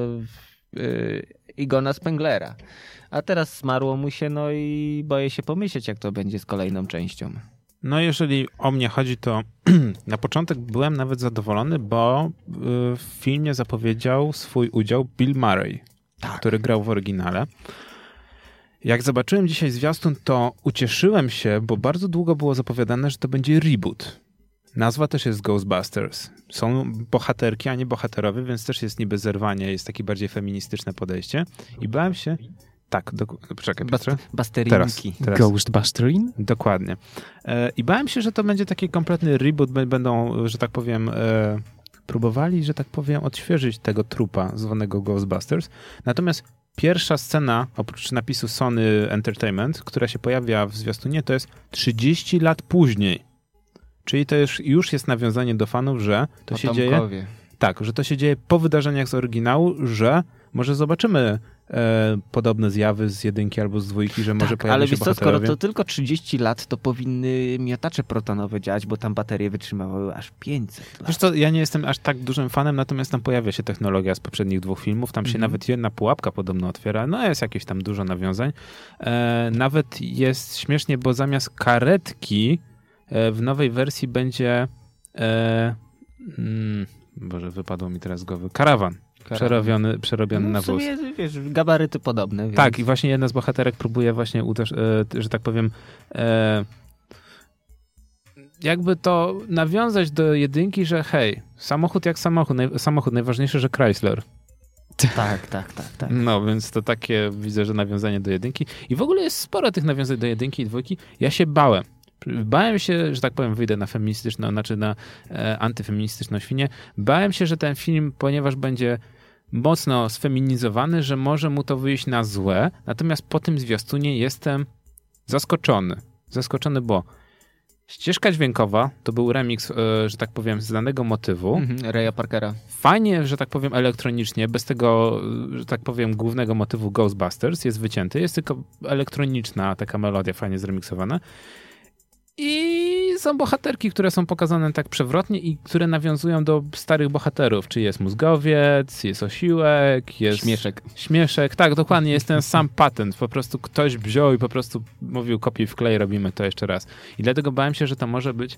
yy, Igona Spenglera. A teraz zmarło mu się, no i boję się pomyśleć, jak to będzie z kolejną częścią. No jeżeli o mnie chodzi, to na początek byłem nawet zadowolony, bo y, w filmie zapowiedział swój udział Bill Murray, Tak. który grał w oryginale. Jak zobaczyłem dzisiaj zwiastun, to ucieszyłem się, bo bardzo długo było zapowiadane, że to będzie reboot. Nazwa też jest Ghostbusters. Są bohaterki, a nie bohaterowie, więc też jest niby zerwanie, jest takie bardziej feministyczne podejście. I bałem się... Tak, do... poczekaj, Bas- Piotrze. Basterinki. Teraz. Ghostbusterin? Dokładnie. E, I bałem się, że to będzie taki kompletny reboot, b- będą, że tak powiem, e, próbowali, że tak powiem, odświeżyć tego trupa zwanego Ghostbusters. Natomiast pierwsza scena, oprócz napisu Sony Entertainment, która się pojawia w zwiastunie, to jest trzydzieści lat później. Czyli to już, już jest nawiązanie do fanów, że to się dzieje... Tak, że to się dzieje po wydarzeniach z oryginału, że może zobaczymy e, podobne zjawy z jedynki albo z dwójki, że może tak, pojawią ale się wiesz co, bohaterowie. skoro to tylko trzydzieści lat, to powinny miotacze protonowe działać, bo tam baterie wytrzymały aż pięćset lat. Wiesz co, ja nie jestem aż tak dużym fanem, natomiast tam pojawia się technologia z poprzednich dwóch filmów, tam się Mhm. nawet jedna pułapka podobno otwiera, no jest jakieś tam dużo nawiązań. E, nawet jest śmiesznie, bo zamiast karetki e, w nowej wersji będzie e, mm, Boże, wypadło mi teraz z głowy, karawan. Przerobiony, przerobiony no, na w wóz. sumie, wiesz, gabaryty podobne. Więc... Tak, i właśnie jedna z bohaterek próbuje właśnie, uderz- e, że tak powiem, e, jakby to nawiązać do jedynki, że hej, samochód jak samochód, naj- samochód, najważniejsze, że Chrysler. Tak, tak, tak, tak. No, więc to takie, widzę, że nawiązanie do jedynki. I w ogóle jest sporo tych nawiązań do jedynki i dwójki. Ja się bałem. Bałem się, że tak powiem, wyjdę na feministyczną, znaczy na e, antyfeministyczną świnię. Bałem się, że ten film, ponieważ będzie mocno sfeminizowany, że może mu to wyjść na złe. Natomiast po tym zwiastunie jestem zaskoczony. Zaskoczony, bo ścieżka dźwiękowa to był remix, e, że tak powiem, z danego motywu. Mhm, Raya Parkera. Fajnie, że tak powiem, elektronicznie, bez tego, że tak powiem, głównego motywu Ghostbusters jest wycięty. Jest tylko elektroniczna taka melodia fajnie zremiksowana. I są bohaterki, które są pokazane tak przewrotnie i które nawiązują do starych bohaterów. Czy jest mózgowiec, jest osiłek, jest... Śmieszek. Śmieszek, tak, dokładnie, jest ten sam patent. Po prostu ktoś wziął i po prostu mówił kopiuj wklej, robimy to jeszcze raz. I dlatego bałem się, że to może być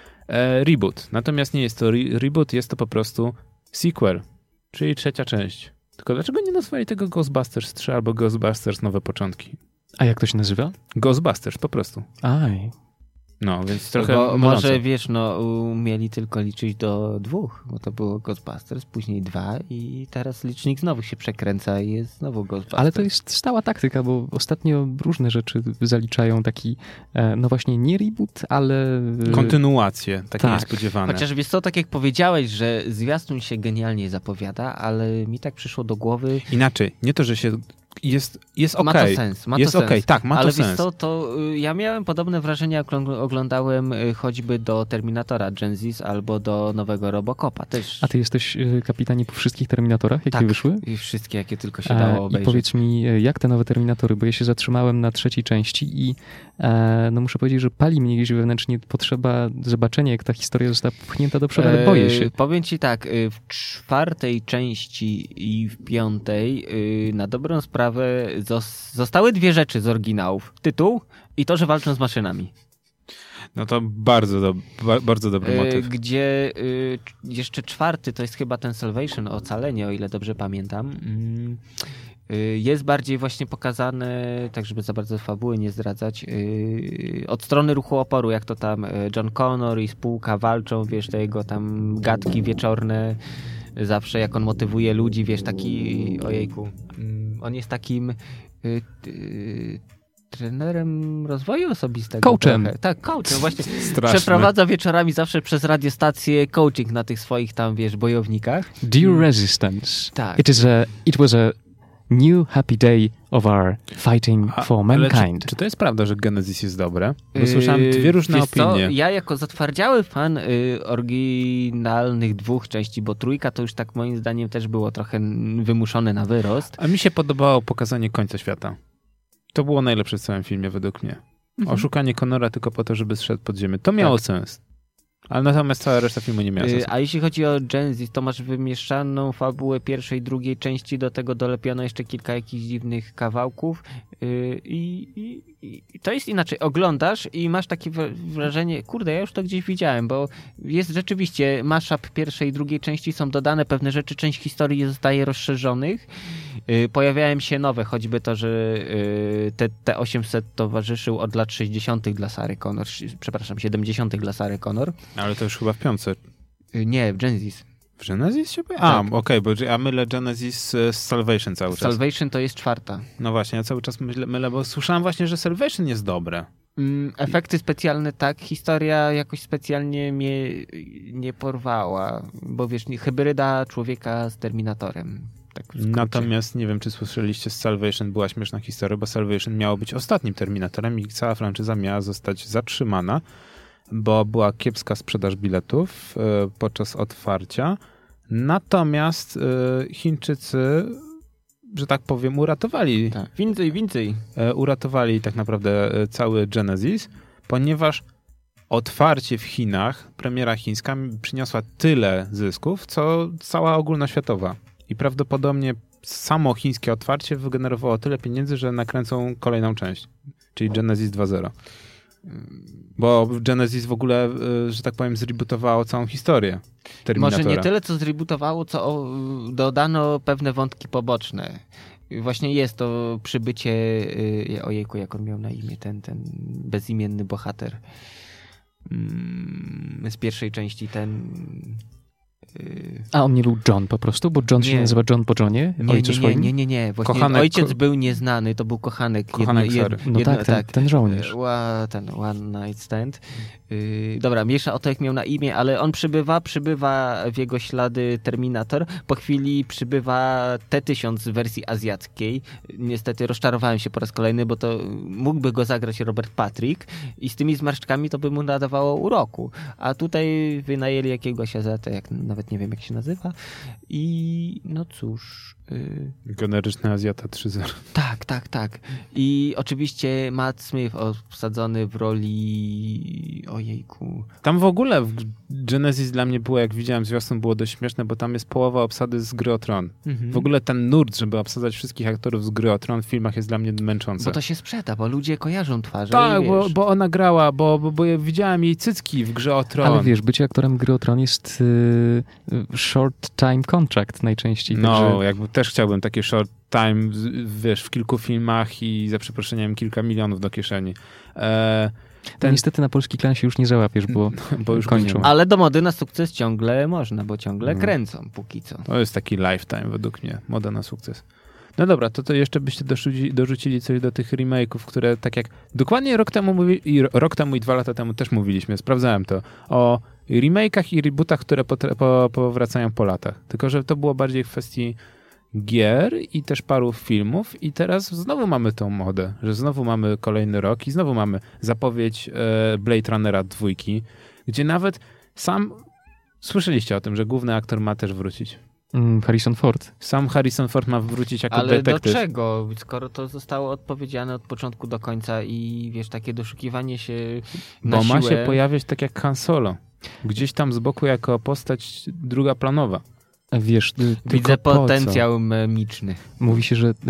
e, reboot. Natomiast nie jest to re- reboot, jest to po prostu sequel, czyli trzecia część. Tylko dlaczego nie nazwali tego Ghostbusters trzy albo Ghostbusters Nowe Początki? A jak to się nazywa? Ghostbusters, po prostu. Aj. No, więc trochę Bo mylące. może, wiesz, no umieli tylko liczyć do dwóch, bo to było Ghostbusters, później dwa i teraz licznik znowu się przekręca i jest znowu Ghostbusters. Ale to jest stała taktyka, bo ostatnio różne rzeczy zaliczają taki, e, no właśnie nie reboot, ale... Kontynuacje, takie Tak. niespodziewane. Chociaż wiesz co, tak jak powiedziałeś, że zwiastun się genialnie zapowiada, ale mi tak przyszło do głowy... Inaczej, nie to, że się... Jest, jest okej. Ma to sens, ma jest to okej, sens. tak, ma ale to wiesz sens. co, to y, ja miałem podobne wrażenie, jak oglą- oglądałem y, choćby do Terminatora Genesis albo do nowego Robocopa też. A ty jesteś e, kapitanie po wszystkich Terminatorach, jakie tak, wyszły? i wszystkie, jakie tylko się dało E, I obejrzeć. powiedz mi, e, jak te nowe Terminatory, bo ja się zatrzymałem na trzeciej części i e, no muszę powiedzieć, że pali mnie gdzieś wewnętrznie potrzeba zobaczenia, jak ta historia została pchnięta do przodu, ale boję się. E, powiem ci tak, y, w czwartej części i w piątej y, na dobrą sprawę zos- zostały dwie rzeczy z oryginałów. Tytuł i to, że walczą z maszynami. No to bardzo, do, ba, bardzo dobry E, motyw. Gdzie y, jeszcze czwarty, to jest chyba ten Salvation, Ocalenie, o ile dobrze pamiętam. Mm, y, jest bardziej właśnie pokazane, tak żeby za bardzo fabuły nie zdradzać, y, od strony ruchu oporu, jak to tam y, John Connor i spółka walczą, wiesz, te jego tam gadki wieczorne, zawsze jak on motywuje ludzi, wiesz, taki, ojejku, mm, on jest takim y, y, trenerem rozwoju osobistego. Coachem. Trochę. Tak, coachem, właśnie. Straszne. Przeprowadza wieczorami zawsze przez radiostację coaching na tych swoich tam, wiesz, bojownikach. Dear Resistance, Tak. it is a, it was a new happy day of our fighting A, for ale mankind. Czy, czy to jest prawda, że Genesis jest dobre? Bo słyszałem dwie różne Yy, wiesz co, opinie. ja jako zatwardziały fan y, oryginalnych dwóch części, bo trójka to już tak moim zdaniem też było trochę wymuszone na wyrost. A mi się podobało pokazanie końca świata. To było najlepsze w całym filmie według mnie. Mhm. Oszukanie Connora tylko po to, żeby zszedł pod ziemię. To miało Tak. sens. Ale natomiast cała reszta filmu nie miała Y, sensu. A jeśli chodzi o Genesis, to masz wymieszaną fabułę pierwszej i drugiej części, do tego dolepiono jeszcze kilka jakichś dziwnych kawałków y, i, i, i to jest inaczej. Oglądasz i masz takie wra- wrażenie, kurde, ja już to gdzieś widziałem, bo jest rzeczywiście mashup pierwszej i drugiej części, są dodane pewne rzeczy, część historii zostaje rozszerzonych. Y, Pojawiają się nowe, choćby to, że y, te, te osiemset towarzyszył od lat sześćdziesiątych dla Sary Connor, sz- przepraszam, siedemdziesiątych dla Sary Connor. Ale to już chyba w piątce. Y, Nie, w Genesis. W Genesis się pojawia? A, Tak. okej, okay, bo ja mylę Genesis z Salvation cały czas. Salvation to jest czwarta. No właśnie, ja cały czas mylę, mylę, bo słyszałem właśnie, że Salvation jest dobre. Mm, efekty specjalne tak, historia jakoś specjalnie mnie nie porwała, bo wiesz, nie- hybryda człowieka z Terminatorem. Tak w skrócie. Natomiast nie wiem, czy słyszeliście, z Salvation była śmieszna historia, bo Salvation miało być ostatnim Terminatorem i cała franczyza miała zostać zatrzymana, bo była kiepska sprzedaż biletów e, podczas otwarcia. Natomiast e, Chińczycy, że tak powiem, uratowali, Tak. Więcej, więcej. e, uratowali tak naprawdę e, cały Genesis, ponieważ otwarcie w Chinach, premiera chińska przyniosła tyle zysków, co cała ogólnoświatowa. I prawdopodobnie samo chińskie otwarcie wygenerowało tyle pieniędzy, że nakręcą kolejną część, czyli Genesis dwa zero. Bo Genesis w ogóle, y, że tak powiem, zrebootowało całą historię Terminatora. Może nie tyle, co zrebootowało, co o, dodano pewne wątki poboczne. Właśnie jest to przybycie, y, ojejku, jak on miał na imię, ten, ten bezimienny bohater mm, z pierwszej części, ten... y, A on nie był John po prostu, bo John się Nie. nazywa John po Johnie, Nie, ojcu nie, nie, swoim? nie, nie, nie. Właśnie Kochanek- ojciec był nieznany, to był kochanek. Kochanek jedno, Sary. jedno, No jedno, tak, ten, ten żołnierz. Ła, ten One Night Stand. Yy, dobra, mniejsza o to, jak miał na imię, ale on przybywa, przybywa w jego ślady Terminator. Po chwili przybywa T tysiąc w wersji azjackiej. Niestety rozczarowałem się po raz kolejny, bo to mógłby go zagrać Robert Patrick i z tymi zmarszczkami to by mu nadawało uroku. A tutaj wynajęli jakiegoś Azjatę, jak nawet nie wiem, jak się nazywa. I no cóż... Yy, Generyczny Azjata trzy zero. tak, tak, tak. I oczywiście Matt Smith obsadzony w roli... Ojejku. Tam w ogóle w Genesis dla mnie było, jak widziałem zwiastun, było dość śmieszne, bo tam jest połowa obsady z Gry o Tron. Mhm. W ogóle ten nurt, żeby obsadzać wszystkich aktorów z Gry o Tron w filmach jest dla mnie męczący. Bo to się sprzeda, bo ludzie kojarzą twarze. Tak, i bo, wiesz, bo ona grała, bo, bo, bo ja widziałem jej cycki w Grze o Tron. Ale wiesz, bycie aktorem Gry o Tron jest y, y, short time contract najczęściej. No, Także jakby też chciałbym takie short time, z- wiesz, w kilku filmach i za przeproszeniem kilka milionów do kieszeni. E, ten... ten, niestety na polski klan się już nie załapiesz, bo bo już kończą. kończą. Ale do mody na sukces ciągle można, bo ciągle No. kręcą póki co. To jest taki lifetime według mnie, moda na sukces. No dobra, to, to jeszcze byście dorzucili, dorzucili coś do tych remake'ów, które tak jak dokładnie rok temu, mówi, i rok temu i dwa lata temu też mówiliśmy, sprawdzałem to, o remake'ach i rebootach, które potra- po, powracają po latach. Tylko, że to było bardziej w kwestii gier i też paru filmów i teraz znowu mamy tą modę, że znowu mamy kolejny rok i znowu mamy zapowiedź e, Blade Runnera dwójki, gdzie nawet sam słyszeliście o tym, że główny aktor ma też wrócić. Mm, Harrison Ford. Sam Harrison Ford ma wrócić jako Ale detektyw. do czego? Skoro to zostało odpowiedziane od początku do końca i wiesz, takie doszukiwanie się na Bo ma siłę... się pojawiać tak jak Han Solo. Gdzieś tam z boku jako postać druga planowa. A wiesz, y, tylko Widzę po co? potencjał memiczny. Mówi się, że e,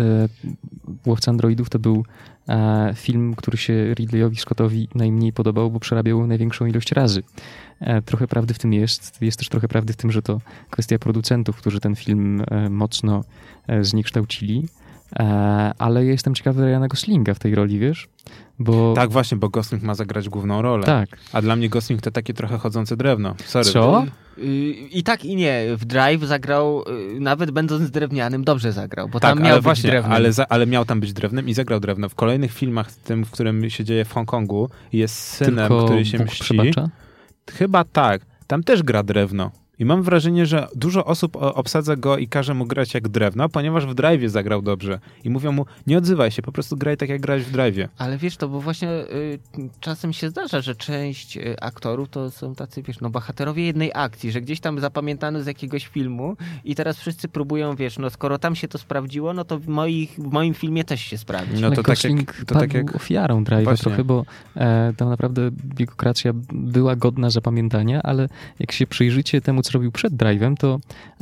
Łowca Androidów to był e, film, który się Ridleyowi Scottowi najmniej podobał, bo przerabiał największą ilość razy. E, trochę prawdy w tym jest. Jest też trochę prawdy w tym, że to kwestia producentów, którzy ten film e, mocno e, zniekształcili. E, ale ja jestem ciekawy Ryana Goslinga w tej roli, wiesz? Bo Tak właśnie, bo Gosling ma zagrać główną rolę. tak. A dla mnie Gosling to takie trochę chodzące drewno. Sorry. Co? Yy, I tak i nie. W Drive zagrał, yy, nawet będąc drewnianym, dobrze zagrał, bo Tak, tam miał ale być właśnie, drewnem. ale, za, ale miał tam być drewnem i zagrał drewno. W kolejnych filmach, tym, w którym się dzieje w Hongkongu, jest synem, Tylko który się Bóg mści. przebacza? Chyba tak. Tam też gra drewno. I mam wrażenie, że dużo osób o- obsadza go i każe mu grać jak drewno, ponieważ w Drive'ie zagrał dobrze. I mówią mu, nie odzywaj się, po prostu graj tak jak grałeś w Drive'ie. Ale wiesz, to bo właśnie y, czasem się zdarza, że część y, aktorów to są tacy, wiesz, no bohaterowie jednej akcji, że gdzieś tam zapamiętano z jakiegoś filmu i teraz wszyscy próbują, wiesz, no skoro tam się to sprawdziło, no to w, moich, w moim filmie też się sprawdzi. No Ale to tak Gosling jak- to padł tak jak- ofiarą Drive'a Właśnie. trochę, bo e, tam naprawdę jego kreacja była godna zapamiętania, ale jak się przyjrzycie temu, co robił przed Drive'em, to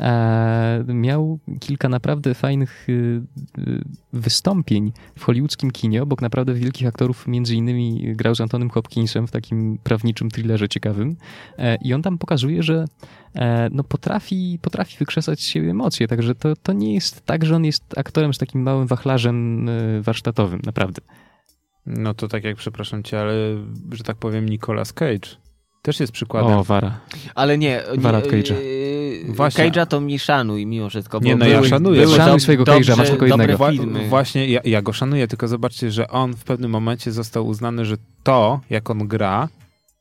e, miał kilka naprawdę fajnych y, y, wystąpień w hollywoodzkim kinie, obok naprawdę wielkich aktorów, między innymi grał z Antonym Hopkinsem w takim prawniczym thrillerze ciekawym e, i on tam pokazuje, że e, no potrafi, potrafi wykrzesać z siebie emocje, także to, to nie jest tak, że on jest aktorem z takim małym wachlarzem y, warsztatowym, naprawdę. No to tak jak, przepraszam cię, ale, że tak powiem, Nicolas Cage też jest przykładem. O, Wara. Ale nie, nie Wara od Cage'a. Yy, Właśnie. Cage'a to mi szanuj mimo wszystko. Bo Nie, no były, ja szanuję. Były Szanuj dob- swojego dobrze- Cage'a, masz tylko dobre jednego. filmy. Wła- właśnie, ja, ja go szanuję, tylko zobaczcie, że on w pewnym momencie został uznany, że to, jak on gra,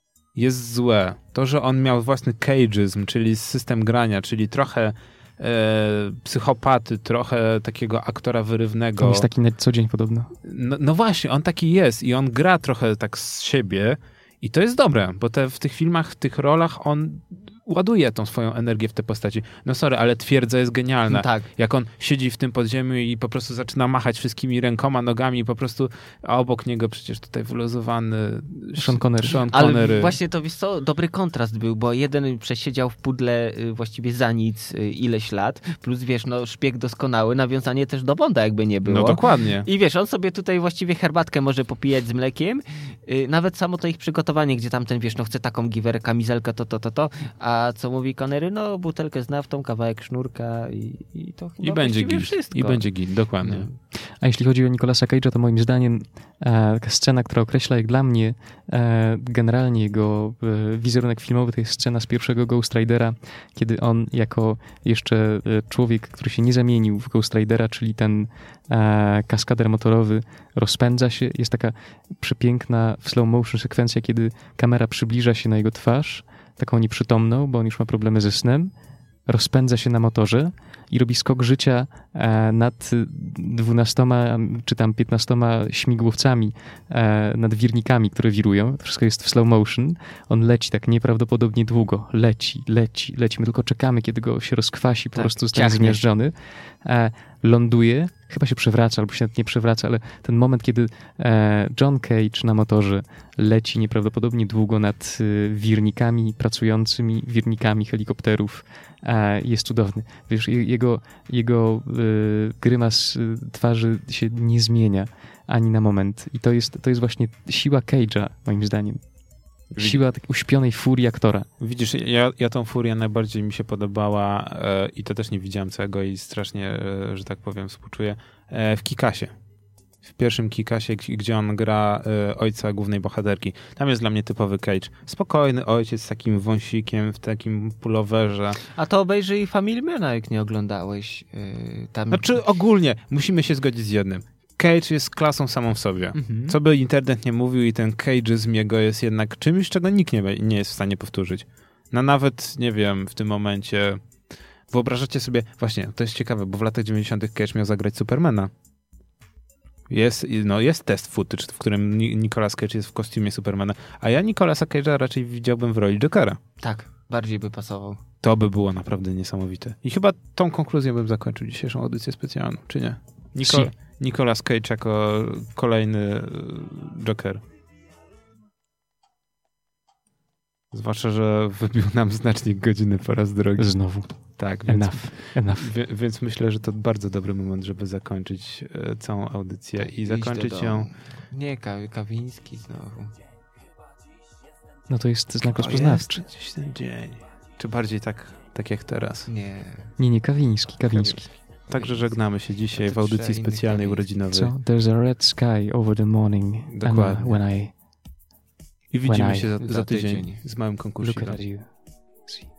jest złe. To, że on miał własny cageizm, czyli system grania, czyli trochę e, psychopaty, trochę takiego aktora wyrywnego. On jest taki na co dzień podobno. No, no właśnie, on taki jest i on gra trochę tak z siebie i to jest dobre, bo te, w tych filmach, w tych rolach on ładuje tą swoją energię w te postaci. No sorry, ale Twierdza jest genialna. Tak. Jak on siedzi w tym podziemiu i po prostu zaczyna machać wszystkimi rękoma, nogami i po prostu, a obok niego przecież tutaj wyluzowany Sean Connery. Sean Ale Connery. właśnie to, wiesz co, dobry kontrast był, bo jeden przesiedział w pudle y, właściwie za nic y, ileś lat, plus wiesz, no szpieg doskonały, nawiązanie też do Bonda jakby nie było. No dokładnie. I wiesz, on sobie tutaj właściwie herbatkę może popijać z mlekiem, y, nawet samo to ich przygotowanie, gdzie tamten, wiesz, no chce taką giwerę, kamizelkę, to, to, to, to, a co mówi Connery? No butelkę z naftą, kawałek sznurka i, i to chyba I będzie właściwie git. wszystko. I będzie git, dokładnie. No. A jeśli chodzi o Nicolasa Cage'a, to moim zdaniem e, taka scena, która określa jak dla mnie e, generalnie jego e, wizerunek filmowy, to jest scena z pierwszego Ghost Ridera, kiedy on jako jeszcze e, człowiek, który się nie zamienił w Ghost Ridera, czyli ten e, kaskader motorowy, rozpędza się. Jest taka przepiękna w slow motion sekwencja, kiedy kamera przybliża się na jego twarz, taką nieprzytomną, bo on już ma problemy ze snem, rozpędza się na motorze i robi skok życia e, nad dwunastoma czy tam piętnastoma śmigłowcami, e, nad wirnikami, które wirują. To wszystko jest w slow motion. On leci tak nieprawdopodobnie długo. Leci, leci, leci. My tylko czekamy, kiedy go się rozkwasi, po Tak, prostu zostanie ciachnie. zmiażdżony. E, ląduje, chyba się przewraca, albo się nawet nie przewraca, ale ten moment, kiedy e, John Cage na motorze leci nieprawdopodobnie długo nad y, wirnikami, pracującymi wirnikami helikopterów, e, jest cudowny. Wiesz, je- jego, jego y, grymas y, twarzy się nie zmienia ani na moment. I to jest, to jest właśnie siła Cage'a, moim zdaniem. Siła takiej uśpionej furii aktora. Widzisz, ja, ja tą furię najbardziej mi się podobała e, i to też nie widziałem całego i strasznie, e, że tak powiem, współczuję, e, w Kikasie. W pierwszym Kikasie, g- gdzie on gra e, ojca głównej bohaterki. Tam jest dla mnie typowy Cage. Spokojny ojciec z takim wąsikiem, w takim pulowerze. A to obejrzyj Familymana, jak nie oglądałeś. Yy, tam... Znaczy ogólnie musimy się zgodzić z jednym. Cage jest klasą samą w sobie. Mhm. Co by internet nie mówił i ten cage'izm jego jest jednak czymś, czego nikt nie, nie jest w stanie powtórzyć. No nawet, nie wiem, w tym momencie wyobrażacie sobie, właśnie, to jest ciekawe, bo w latach dziewięćdziesiątych Cage miał zagrać Supermana. Jest, no, jest test footage, w którym Ni- Nicolas Cage jest w kostiumie Supermana, a ja Nicolasa Cage'a raczej widziałbym w roli Jokera. Tak, bardziej by pasował. To by było naprawdę niesamowite. I chyba tą konkluzją bym zakończył dzisiejszą audycję specjalną, czy nie? Nico- Si. Nicolas Cage jako kolejny y, Joker. Zwłaszcza, że wybił nam znacznik godziny po raz drugi. Znowu. Tak, więc, Enough. Enough. wie, więc myślę, że to bardzo dobry moment, żeby zakończyć e, całą audycję i Iść do zakończyć domu. ją... Nie, Ka- Kawiński znowu. No to jest znak O, rozpoznawczy. jest gdzieś ten dzień. Czy bardziej tak, tak jak teraz. Nie. Nie, nie, Kawiński, Kawiński. Także żegnamy się dzisiaj No to w audycji trzeba innych specjalnej Kawińskich. urodzinowej. Co? There's a red sky over the morning. Dokładnie. And, uh, when I I widzimy When I- się za, za za tydzień tydzień. z małym look konkursem. at you. See.